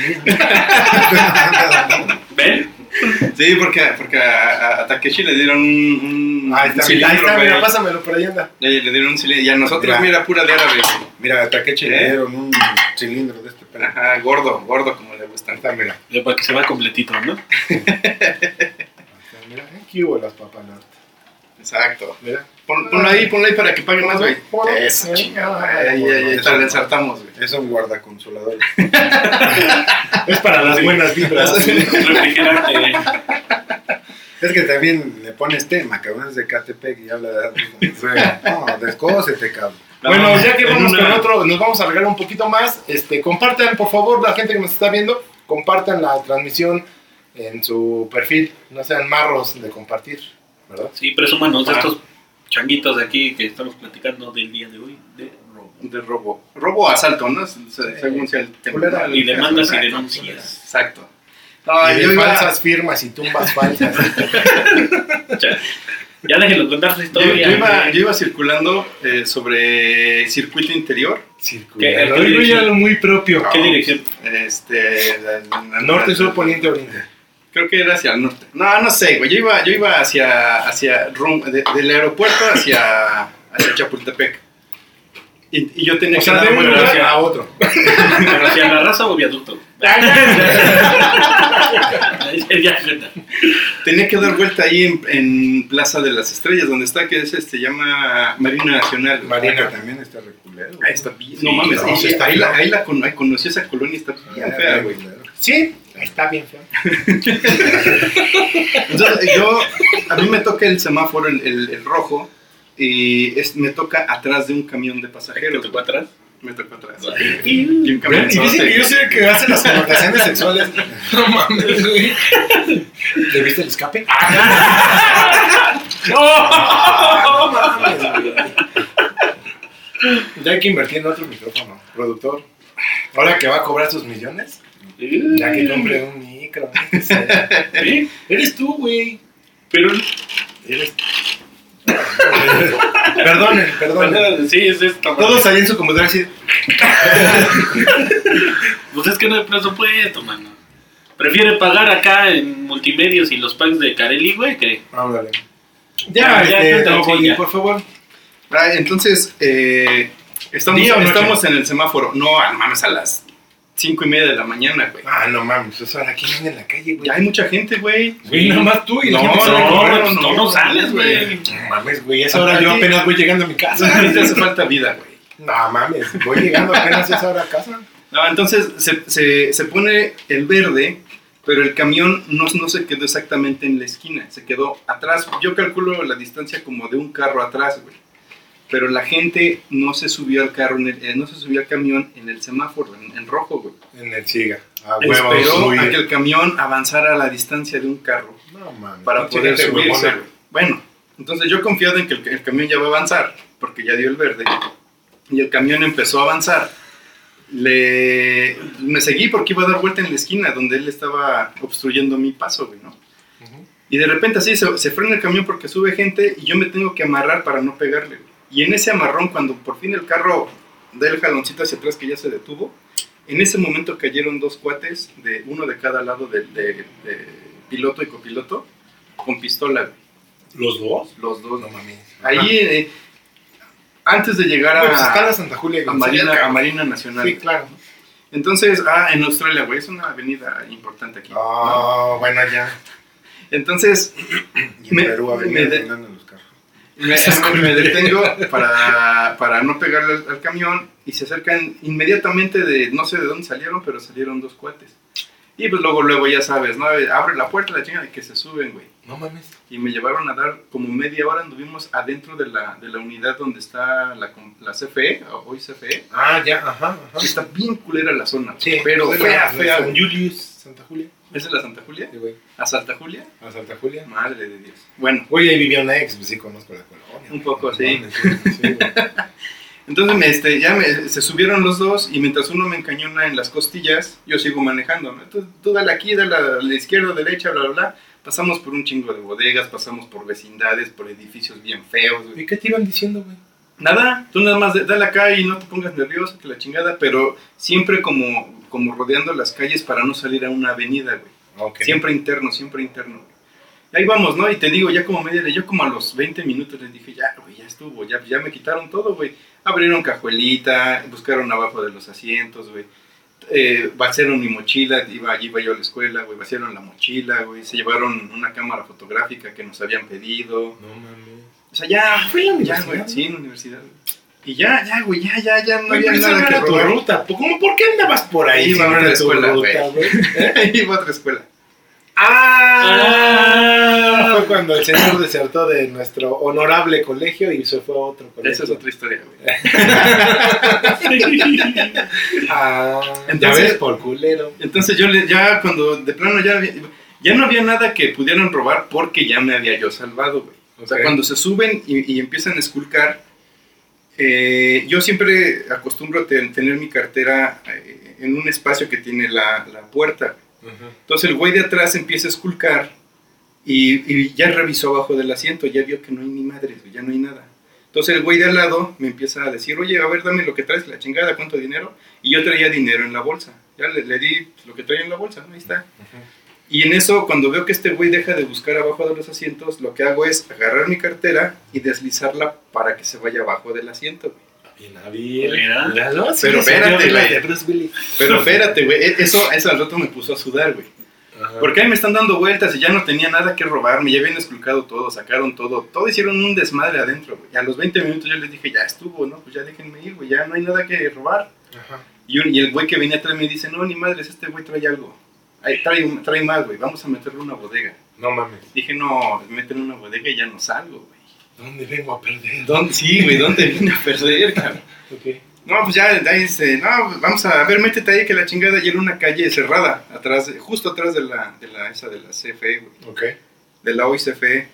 ¿Ven? Sí, porque a Takeshi le dieron un ahí está, cilindro, ahí está, güey. mira, pásamelo por ahí anda. Le dieron un cilindro. Y a nosotros, Mira. mira, pura de árabe. Mira, a Takechi le dieron un cilindro de este pelo. Ajá, gordo, como le gusta. Ahí está, mira. Ya para que se vea completito, ¿no? Ahí está, mira. ¿Qué hubo las papas? Exacto. Mira. Ponlo ahí para que pague más, güey. Ponlo. Eso, chingada. Ay, Ahí está, le ensartamos, güey. Es un guardaconsolador. Es para las buenas vibras. Refrigerante. Es que también le pones tema, cabrón, es de Catepec y habla de... No, descósete, cabrón. Bueno, ya que En vamos una- con otro, nos vamos a regalar un poquito más. Compartan, por favor, la gente que nos está viendo, compartan la transmisión en su perfil. No sean marros de compartir, ¿verdad? Sí, presúmanos de estos changuitos aquí que estamos platicando del día de hoy de robo. De robo asalto, ¿no? Según sea el tema. Y demandas y denuncias. Exacto. Y yo de iba, falsas firmas y tumbas falsas. Ya déjenlo contar su historia. yo iba circulando sobre circuito interior. ¿Qué Lo digo ya lo muy propio. ¿Qué dirección? Norte, sur, poniente, oriente. Creo que era hacia el norte. No sé, güey. Yo iba hacia del aeropuerto hacia Chapultepec. Y yo tenía O que sea, dar de un vuelta lugar a otro. ¿Pero hacia la raza o viaducto? Ya, cuenta. Tenía que dar vuelta ahí en Plaza de las Estrellas, donde está, que se llama Marina Nacional. Marina también está reculero. Ahí está bien. Sí, No mames, no, sí está ahí feo. conocí esa colonia, está bien fea, güey. Sí, está bien feo. Entonces, a mí me toca el semáforo, el rojo, y me toca atrás de un camión de ¿Te pasajeros. tocó atrás? Me tocó atrás. Ay. Y un Y camión dicen que yo soy el que hace las connotaciones sexuales. No mames, güey. ¿Le viste el escape? No mames, güey. Ya hay que invertir en otro micrófono, productor. Ahora que va a cobrar sus millones, ya que compre un micro. Que sea. ¿Sí? Eres tú, güey. Pero... Eres. Perdonen. Sí, es esto. Todos ahí en su computadora así. Pues es que no hay presupuesto, mano. Prefiere pagar acá en multimedios y los packs de Carelli, güey, que... Háblale. Ya, cuéntale, no, sí, Boli, ya. por favor. Entonces, estamos ¿Día o noche? en el semáforo. No, mames, a las 5:30 de la mañana, güey. Ah, no mames, eso ahora aquí viene en la calle, güey. Ya hay mucha gente, güey. Güey, nada más tú y la No, gente sale a no, correr. no, tú no sales, güey. No mames, güey, esa hora yo apenas voy llegando a mi casa. A ti te hace falta vida, güey. No mames, voy llegando apenas a esa hora a casa. No, entonces se pone el verde, pero el camión no se quedó exactamente en la esquina, se quedó atrás. Yo calculo la distancia como de un carro atrás, güey. Pero la gente no se subió al carro, no se subió al camión en el semáforo, en rojo, güey. En el siga. A huevo, Esperó subir. a que el camión avanzara a la distancia de un carro No mames. para pinche poder gente subirse, huevona. güey. Bueno, entonces yo confiado en que el camión ya va a avanzar, porque ya dio el verde, y el camión empezó a avanzar. Me seguí porque iba a dar vuelta en la esquina donde él estaba obstruyendo mi paso, güey, ¿no? Ujú. Y de repente así se frena el camión porque sube gente y yo me tengo que amarrar para no pegarle, güey. Y en ese amarrón, cuando por fin el carro da el jaloncito hacia atrás que ya se detuvo, en ese momento cayeron dos cuates, uno de cada lado de piloto y copiloto, con pistola, güey. ¿Los dos? Los dos. No mames. Ahí, antes de llegar Pues está la Santa Julia. a Marina Nacional. Sí, claro. Entonces, en Australia, güey, es una avenida importante aquí. ¿no? Oh, bueno, ya. Entonces, Y en Perú a venir frenando los carros. me detengo para no pegarle al camión y se acercan inmediatamente no sé de dónde salieron, pero salieron dos cuates. Y pues luego ya sabes, ¿no? Abre la puerta, la chingada, y que se suben, güey. No mames. Y me llevaron a dar como media hora, anduvimos adentro de la unidad donde está la CFE, hoy CFE. Ah, ya, ajá. Está bien culera la zona, Sí, pero es fea, la- fea. San Julius, Santa Julia. ¿Es de la Santa Julia? Sí, güey. ¿A Santa Julia? A Santa Julia. Madre de Dios. Bueno, Oye, ahí vivía una ex, pues sí conozco la colonia. un poco, No sí. mames, sí, güey. Entonces se subieron los dos y mientras uno me encañona en las costillas, yo sigo manejando, ¿no? Entonces, tú dale aquí, dale a la izquierda, derecha, bla, bla, bla. Pasamos por un chingo de bodegas, pasamos por vecindades, por edificios bien feos, güey. ¿Y qué te iban diciendo, güey? Nada, tú nada más dale acá y no te pongas nervioso, que la chingada, pero siempre como rodeando las calles para no salir a una avenida, güey. Ok. Siempre interno. Y ahí vamos, ¿no? Y te digo, ya como yo como a los 20 minutos les dije, ya, güey, ya estuvo, ya me quitaron todo, güey. Abrieron cajuelita, buscaron abajo de los asientos, güey. Vaciaron mi mochila, allí iba yo a la escuela, güey. Vaciaron la mochila, güey. Se llevaron una cámara fotográfica que nos habían pedido. No mames. O sea, ya, ¿Fue en la ya, universidad? güey. Sí, en la universidad, güey. Y ya, güey, ya no Güey, había pero esa nada no que era tu robar. ruta. ¿Cómo? ¿Por qué andabas por ahí? Iba a si no otra era tu escuela, ruta, güey. Iba a otra escuela. Ah, fue cuando el señor desertó de nuestro honorable colegio y se fue a otro colegio. Esa es otra historia, güey. Ah, Entonces- ya ves, por culero. Entonces cuando de plano ya no había nada que pudieran robar porque ya me había yo salvado, güey. O sea, cuando se suben y empiezan a esculcar, yo siempre acostumbro a tener mi cartera en un espacio que tiene la puerta. Entonces el güey de atrás empieza a esculcar y ya revisó abajo del asiento, ya vio que no hay ni madres, ya no hay nada. Entonces el güey de al lado me empieza a decir, oye, a ver, dame lo que traes, la chingada, ¿cuánto dinero? Y yo traía dinero en la bolsa. Ya le di lo que traía en la bolsa, ¿no? Ahí está. Y en eso, cuando veo que este güey deja de buscar abajo de los asientos, lo que hago es agarrar mi cartera y deslizarla para que se vaya abajo del asiento, güey. Mira. Pero espérate, güey. Pero espérate, güey. Eso al rato me puso a sudar, güey. Porque ahí me están dando vueltas y ya no tenía nada que robarme. Ya habían esculcado todo, sacaron todo. Todo hicieron un desmadre adentro, güey. A los 20 minutos yo les dije, ya estuvo, ¿no? Pues ya déjenme ir, güey. Ya no hay nada que robar. Y el güey que venía atrás me dice, no, ni madres, este güey trae algo. Trae más, güey. Vamos a meterlo en una bodega. No mames. Dije, no, meten en una bodega y ya no salgo, güey. ¿Dónde vengo a perder? Sí, güey, ¿dónde vine a perder, cabrón? No, pues ya, ahí dice, no, vamos a ver, métete ahí que la chingada, y era una calle cerrada, atrás, justo atrás de la CFE, güey. De la hoy CFE.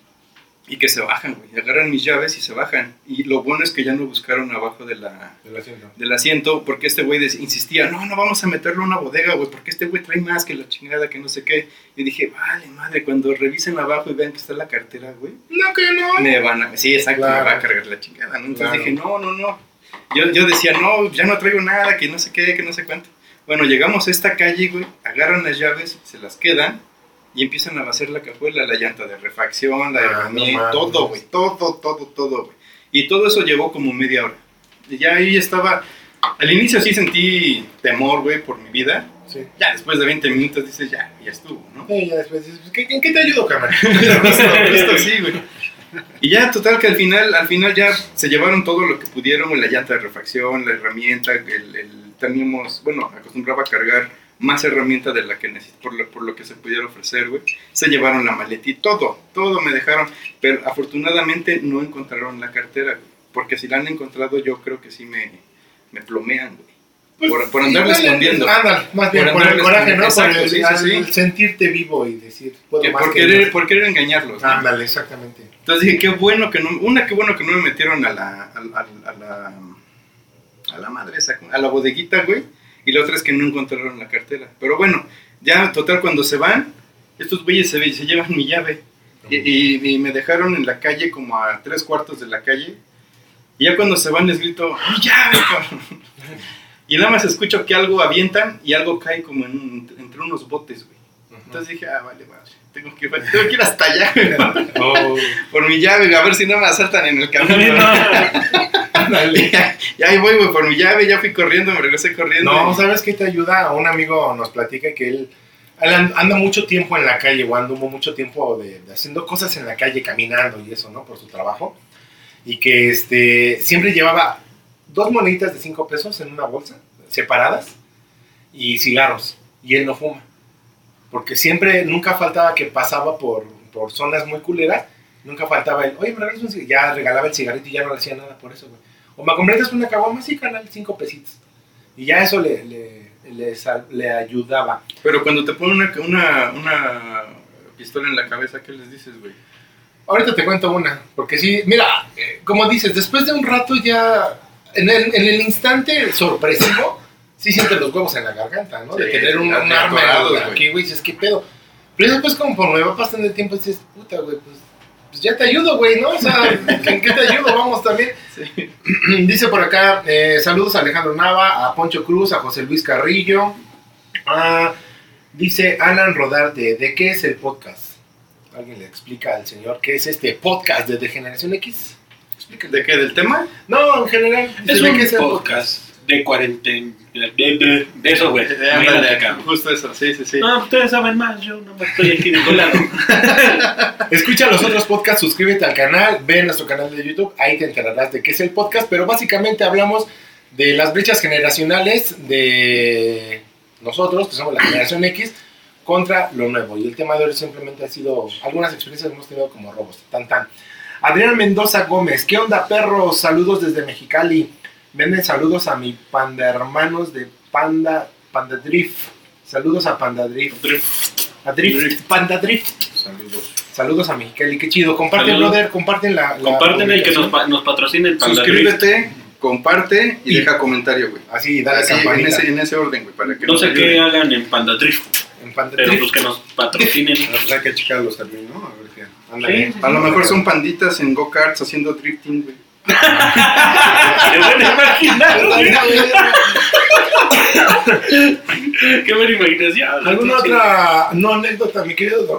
Y que se bajan, güey, agarran mis llaves y se bajan. Y lo bueno es que ya no buscaron abajo del asiento, porque este güey insistía, no, vamos a meterlo en una bodega, güey, porque este güey trae más que la chingada, que no sé qué. Y dije, vale, madre, cuando revisen abajo y vean que está la cartera, güey. No, que no. Me van a, sí, exacto, claro. Me va a cargar la chingada, ¿no? Entonces dije, no. Yo decía, no, ya no traigo nada, que no sé qué, que no sé cuánto. Bueno, llegamos a esta calle, güey, agarran las llaves, se las quedan. Y empiezan a vaciar la cajuela, la llanta de refacción, la herramienta, todo, güey, todo, güey. Y todo eso llevó como media hora. Y ya ahí estaba, al inicio sí sentí temor, güey, por mi vida. Sí. Ya después de 20 minutos dices, ya estuvo, ¿no? Sí, ya después dices, ¿en qué te ayudo, carnal? Esto sí, güey. Y ya, total, que al final ya se llevaron todo lo que pudieron, la llanta de refacción, la herramienta, teníamos, bueno, acostumbraba a cargar más herramienta de la que por lo que se pudiera ofrecer, güey. Se llevaron la maletita, todo me dejaron, pero afortunadamente no encontraron la cartera, güey, porque si la han encontrado yo creo que sí me plomean, güey. Pues, por andarle escondiendo. Ándale, más bien por el coraje, ¿no? Exacto, por el sentirte vivo y decir, puedo más por querer engañarlos, ¿no? Ándale, exactamente. Entonces dije, qué bueno que no me metieron a la madre esa, a la bodeguita, güey. Y la otra es que no encontraron la cartera. Pero bueno, ya total cuando se van, estos güeyes se llevan mi llave. Y me dejaron en la calle como a 3/4 de la calle. Y ya cuando se van les grito, ¡mi llave, cabrón! Y nada más escucho que algo avientan y algo cae como entre unos botes, güey. Entonces dije, vale, tengo que ir hasta allá, güey. Por mi llave, a ver si no me asaltan en el camino. Y ahí voy, güey, por mi llave, ya fui corriendo, me regresé corriendo. No, ¿sabes qué te ayuda? Un amigo nos platica que él anda mucho tiempo en la calle, o anduvo mucho tiempo de haciendo cosas en la calle, caminando y eso, ¿no? Por su trabajo. Y que siempre llevaba 2 moneditas de 5 pesos en una bolsa, separadas, y cigarros. Y él no fuma. Porque nunca faltaba que pasaba por zonas muy culeras, nunca faltaba el, oye, me regalas un cigarro, ya regalaba el cigarrito y ya no le hacía nada por eso, güey. O me completas una caguama, sí, canal, 5 pesitos. Y ya eso le ayudaba. Pero cuando te ponen una pistola en la cabeza, ¿qué les dices, güey? Ahorita te cuento una, porque sí, mira, como dices, después de un rato ya, en el instante sorpresivo, sí sientes los huevos en la garganta, ¿no? Sí, de tener un arma aquí, güey, dices, ¿qué pedo? Pero después, como me va pasando el tiempo, dices, puta, güey, pues ya te ayudo, güey, ¿no? O sea, ¿en qué te ayudo? Vamos también. Sí. Dice por acá, saludos a Alejandro Nava, a Poncho Cruz, a José Luis Carrillo. Dice Alan Rodarte, ¿de qué es el podcast? ¿Alguien le explica al señor qué es este podcast de Generación X? ¿De qué? ¿Del tema? No, en general. Es un podcast de cuarentena. De eso, güey. Justo eso, sí. No, ustedes saben más, yo no me estoy aquí de colado. Escucha los otros podcasts, suscríbete al canal, ve nuestro canal de YouTube, ahí te enterarás de qué es el podcast, pero básicamente hablamos de las brechas generacionales de nosotros, que somos la generación X, contra lo nuevo. Y el tema de hoy simplemente ha sido algunas experiencias que hemos tenido como robos. Adrián Mendoza Gómez, ¿qué onda, perros? Saludos desde Mexicali. Venden saludos a mi panda hermanos de Panda Drift. Saludos a Panda Drift. Panda Drift. Saludos a Mexicali, qué chido. Comparten, Saludos. brother, comparten la Comparten el que publicación. nos patrocine el Panda Drift. Suscríbete, comparte y Y- deja comentario, güey. Así, dale Así, en campanita. ese orden, güey, para que No nos sé ayude. qué hagan en Panda Drift, En Panda pero Drift. pues que nos patrocinen. Ah, pues hay que checarlos también, ¿no? A ver qué. Ándale. Sí. A lo mejor son panditas en go-karts haciendo drifting, güey. Qué buena imaginación, güey. Qué buena imaginación. ¿Alguna otra no anécdota, mi querido Doc?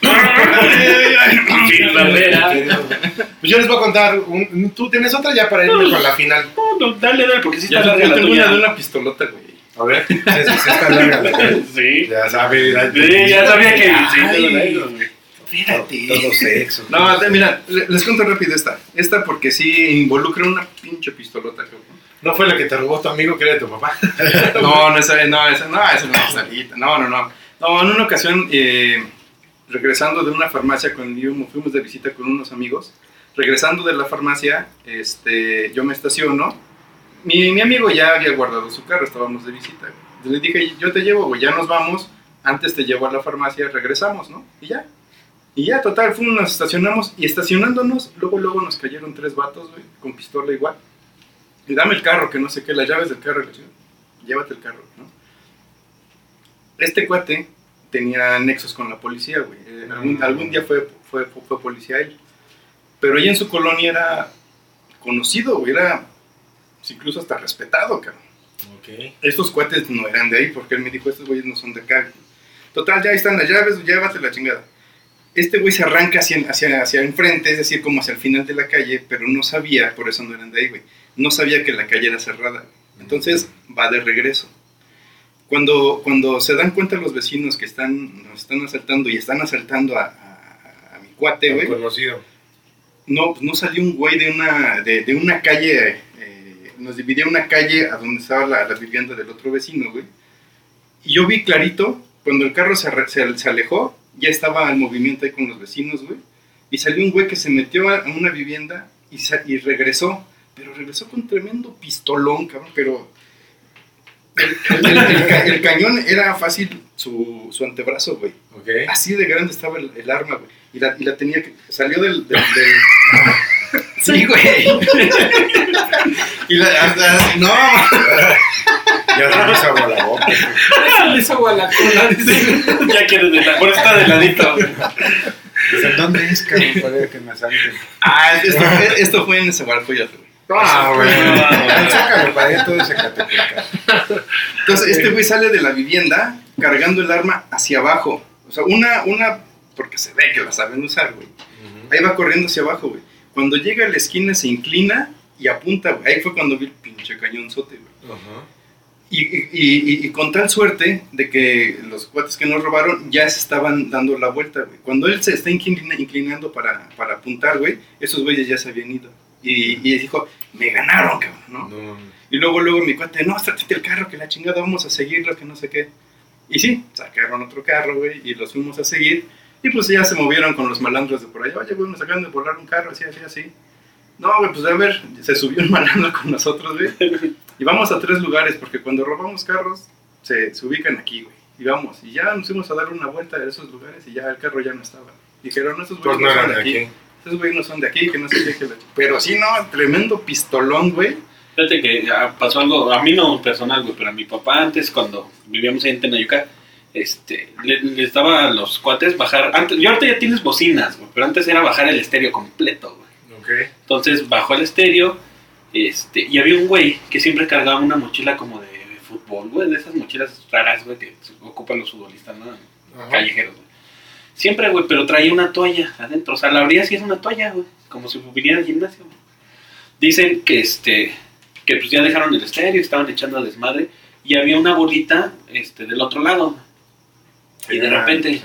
Sin barrera. Pues yo les voy a contar, tú tienes otra ya para irme con la final. No, dale, porque sí Ya está larga la tengo una de tuya. una pistolota, güey. A ver, si está larga. Sí. Ya sabe. Sí, ya sabía que sí, Ay, tengo la- güey. Espérate. Todo sexo. No, mira, les cuento rápido esta. Esta porque sí involucra una pinche pistolota, cabrón. No fue la que te robó tu amigo que era de tu papá. No, esa no es pistolita. No. No, en una ocasión, regresando de una farmacia, fuimos de visita con unos amigos. Regresando de la farmacia, yo me estaciono. Mi amigo ya había guardado su carro, estábamos de visita. Le dije, yo te llevo, güey, ya nos vamos. Antes te llevo a la farmacia, regresamos, ¿no? Y ya, total, nos estacionamos. Y estacionándonos, luego nos cayeron 3 vatos, güey, con pistola igual. Y dame el carro, que no sé qué, las llaves del carro. Llévate el carro, ¿no? Este cuate tenía nexos con la policía, güey. Algún día fue policía él. Pero ahí en su colonia era conocido, güey. Era incluso hasta respetado, cabrón. Ok. Estos cuates no eran de ahí, porque él me dijo, estos güeyes no son de acá. Total, ya ahí están las llaves, llévate la chingada. Este güey se arranca hacia enfrente, es decir, como hacia el final de la calle, pero no sabía, por eso no eran de ahí, güey. No sabía que la calle era cerrada. Entonces va de regreso. Cuando se dan cuenta los vecinos que nos están asaltando y están asaltando a mi cuate, güey, Conocido. no salió un güey de una calle, nos dividía una calle a donde estaba la vivienda del otro vecino, güey. Y yo vi clarito, cuando el carro se alejó, ya estaba el movimiento ahí con los vecinos, güey. Y salió un güey que se metió a una vivienda y regresó. Pero regresó con tremendo pistolón, cabrón. Pero el cañón era fácil su antebrazo, güey. Ok. Así de grande estaba el arma, güey. Y la tenía que... Salió del sí, güey. Y no. Ya se me hizo agua la boca. Esa gualacola, dice. Ya quieres de la... Por eso está de ladito. ¿En dónde es, cabrón? Para que me asalten. Esto fue en Zagualcoyotl, güey. Ah, güey. Sácalo para allá todo ese Catepec. Entonces, este güey sale de la vivienda cargando el arma hacia abajo. O sea, una porque se ve que la saben usar, güey. Ahí va corriendo hacia abajo, güey. Cuando llega a la esquina se inclina y apunta, güey. Ahí fue cuando vi el pinche cañonzote, güey. Ajá. Y con tal suerte de que los cuates que nos robaron ya se estaban dando la vuelta, güey. Cuando él se está inclinando para apuntar, güey, esos güeyes ya se habían ido. Y dijo, me ganaron, cabrón, ¿no? No. Y luego mi cuate, no, trátate el carro, que la chingada, vamos a seguirlo, que no sé qué. Y sí, sacaron otro carro, güey, y los fuimos a seguir. Y pues ya se movieron con los malandros de por allá. Oye, güey, nos acaban de volar un carro, así. No, güey, pues a ver, se subió un malandro con nosotros, güey. Y vamos a 3 lugares, porque cuando robamos carros, se ubican aquí, güey. Y vamos, y ya nos fuimos a dar una vuelta a esos lugares y ya el carro ya no estaba. Dijeron, no, estos Pues güeyes no no son eran de de aquí. aquí. Esos güeyes no son de aquí, que no sé qué. Pero sí, no, tremendo pistolón, güey. Fíjate que pasó algo, a mí no personal, güey, pero a mi papá antes, cuando vivíamos ahí en Tenayuca, les daba a los cuates bajar, antes, yo ahorita ya tienes bocinas, güey, pero antes era bajar el estéreo completo, güey. Ok. Entonces bajó el estéreo, y había un güey que siempre cargaba una mochila como de fútbol, güey, de esas mochilas raras, güey, que ocupan los futbolistas, ¿no? Ajá. Callejeros, güey. Siempre, güey, pero traía una toalla adentro, o sea, la abrías y es una toalla, güey, como si viniera al gimnasio, güey. Dicen que que pues ya dejaron el estéreo, estaban echando a desmadre, y había una bolita, del otro lado. Y de repente,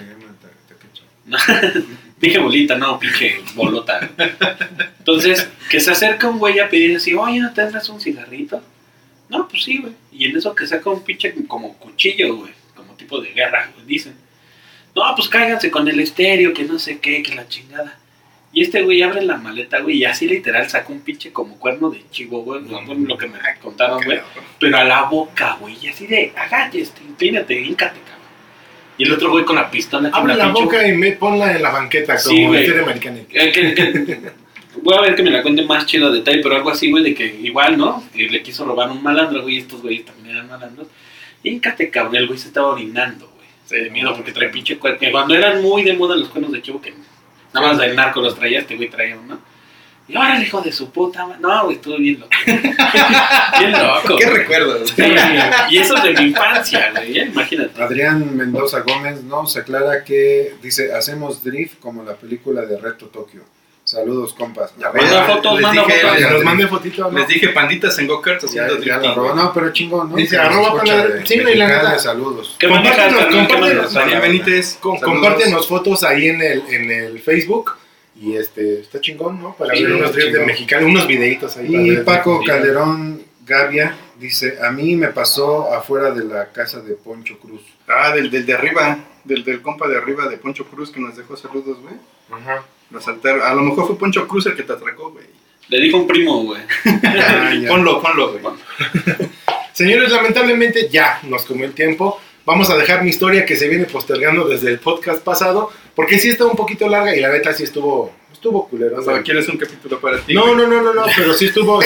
dije bolita, no, pinche bolota. Entonces, que se acerca un güey a pedir así, oye, ¿no tendrás un cigarrito? No, pues sí, güey. Y en eso que saca un pinche como cuchillo, güey, como tipo de guerra, güey, dicen. No, pues cáiganse con el estéreo, que no sé qué, que la chingada. Y este güey abre la maleta, güey, y así literal saca un pinche como cuerno de chivo, güey, lo que me contaron, güey. Pero a la boca, güey, y así de, agáchate, inclínate, híncate, cabrón. Y el otro güey con la pistola. con Abre la pinche- boca y ponla en la banqueta Sí, como güey. historia americana. Voy a ver que me la cuente más chido a detalle, pero algo así, güey, de que igual, ¿no? Que le quiso robar un malandro, güey, y estos güeyes también eran malandros. Y encate, cabrón, el güey se estaba orinando, güey. De miedo porque trae pinche cuerno. Que cuando eran muy de moda los cuernos de chivo, que nada más del narco los traía, este güey traía uno. Y ahora el hijo de su puta madre. No, güey, estuvo bien loco. Bien loco. ¿Qué güey. recuerdos? Sí, y eso es de mi infancia, güey, imagínate. Adrián Mendoza Gómez nos aclara que dice, hacemos drift como la película de Reto Tokio. Saludos, compas. Ya Manda ves, fotos, les manda dije, fotos. Que nos mande fotito, ¿no? Les dije panditas en go-karts Ya, haciendo ya la drifting. robó. No, pero chingón, ¿no? Dice, Que nos arroba escucha con la- de sí, no, y la Mexicali, neta. saludos. ¿Qué manejas, Compártenos, carnal? ¿Qué compártenos. manejas? Daniel Benítez. saludos. Compártenos fotos ahí en el Facebook. Y está chingón, ¿no? Para Sí, ver unos drips de chingón. mexicano, unos videitos ahí. para Y ver. Paco Sí. Calderón Gavia dice, a mí me pasó afuera de la casa de Poncho Cruz. Ah, del de arriba, del compa de arriba de Poncho Cruz que nos dejó saludos, güey. Ajá. Lo asaltaron. A lo mejor fue Poncho Cruz el que te atracó, güey. Le dijo un primo, güey. Ah, ya. Ponlo, güey. Señores, lamentablemente ya nos comió el tiempo. Vamos a dejar mi historia que se viene postergando desde el podcast pasado, porque sí está un poquito larga y la neta sí estuvo culero. O sea, ¿quieres un capítulo para ti? No, güey? no, pero sí estuvo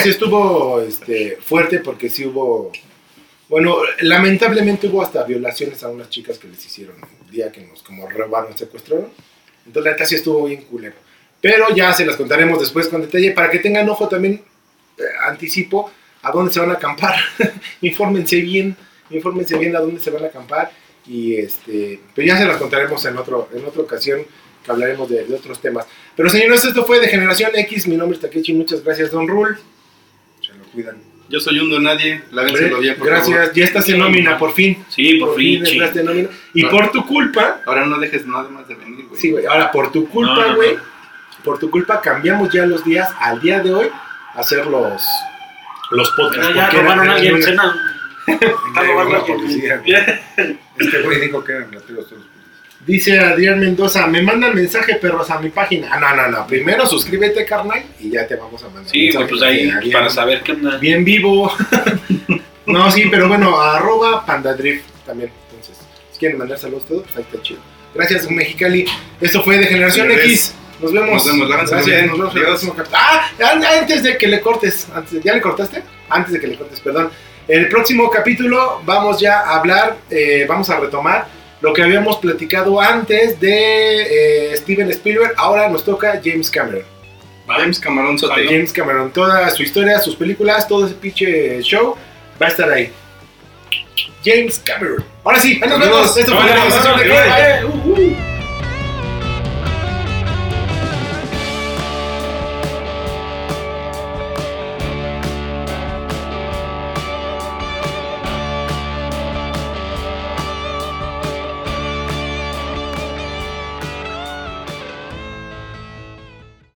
fuerte porque sí hubo, bueno, lamentablemente hubo hasta violaciones a unas chicas que les hicieron el día que nos como robaron, secuestraron. Entonces la neta sí estuvo bien culero. Pero ya se las contaremos después con detalle para que tengan ojo también, anticipo, a dónde se van a acampar. Infórmense bien a dónde se van a acampar y pero ya se las contaremos en otra ocasión que hablaremos de otros temas. Pero señores, esto fue de Generación X, mi nombre es Takechi, muchas gracias Don Rule. Se lo cuidan. Yo soy un nadie, lávenselo bien, por Gracias, favor. ya estás en nómina, por fin. Sí, por fin, sí. entraste en nómina. Y por tu culpa, Ahora no dejes nada más de venir, güey. sí, güey, ahora por tu culpa, No. güey, por tu culpa cambiamos ya los días al día de hoy a hacer los podcasts. Ya porque robaron eran a alguien, lunes. cena. Ya llegó robando la a alguien. policía, güey. Este güey dijo que eran rateros todos. Dice Adrián Mendoza, me mandan mensaje perros a mi página. No, primero suscríbete, carnal, y ya te vamos a mandar Sí, güey, mensaje. pues ahí, Bien, para saber qué onda. bien vivo. No, sí, pero bueno, @pandadrift también. Entonces, si quieren mandar saludos todos, pues ahí está chido. Gracias, Mexicali. Esto fue de Generación Señores, X. Nos vemos. nos vemos, lávenselo Gracias, bien. nos vemos en el Adiós. próximo antes de que le cortes. ¿Ya le cortaste? Antes de que le cortes, perdón. En el próximo capítulo vamos ya a hablar, vamos a retomar lo que habíamos platicado antes de Steven Spielberg. Ahora nos toca James Cameron. James Cameron Sote. James Cameron, toda su historia, sus películas, todo ese pinche show va a estar ahí. James Cameron. Ahora sí, ahí nos vemos. Esto fue la Vámonos, conversación de vámonos. Bye.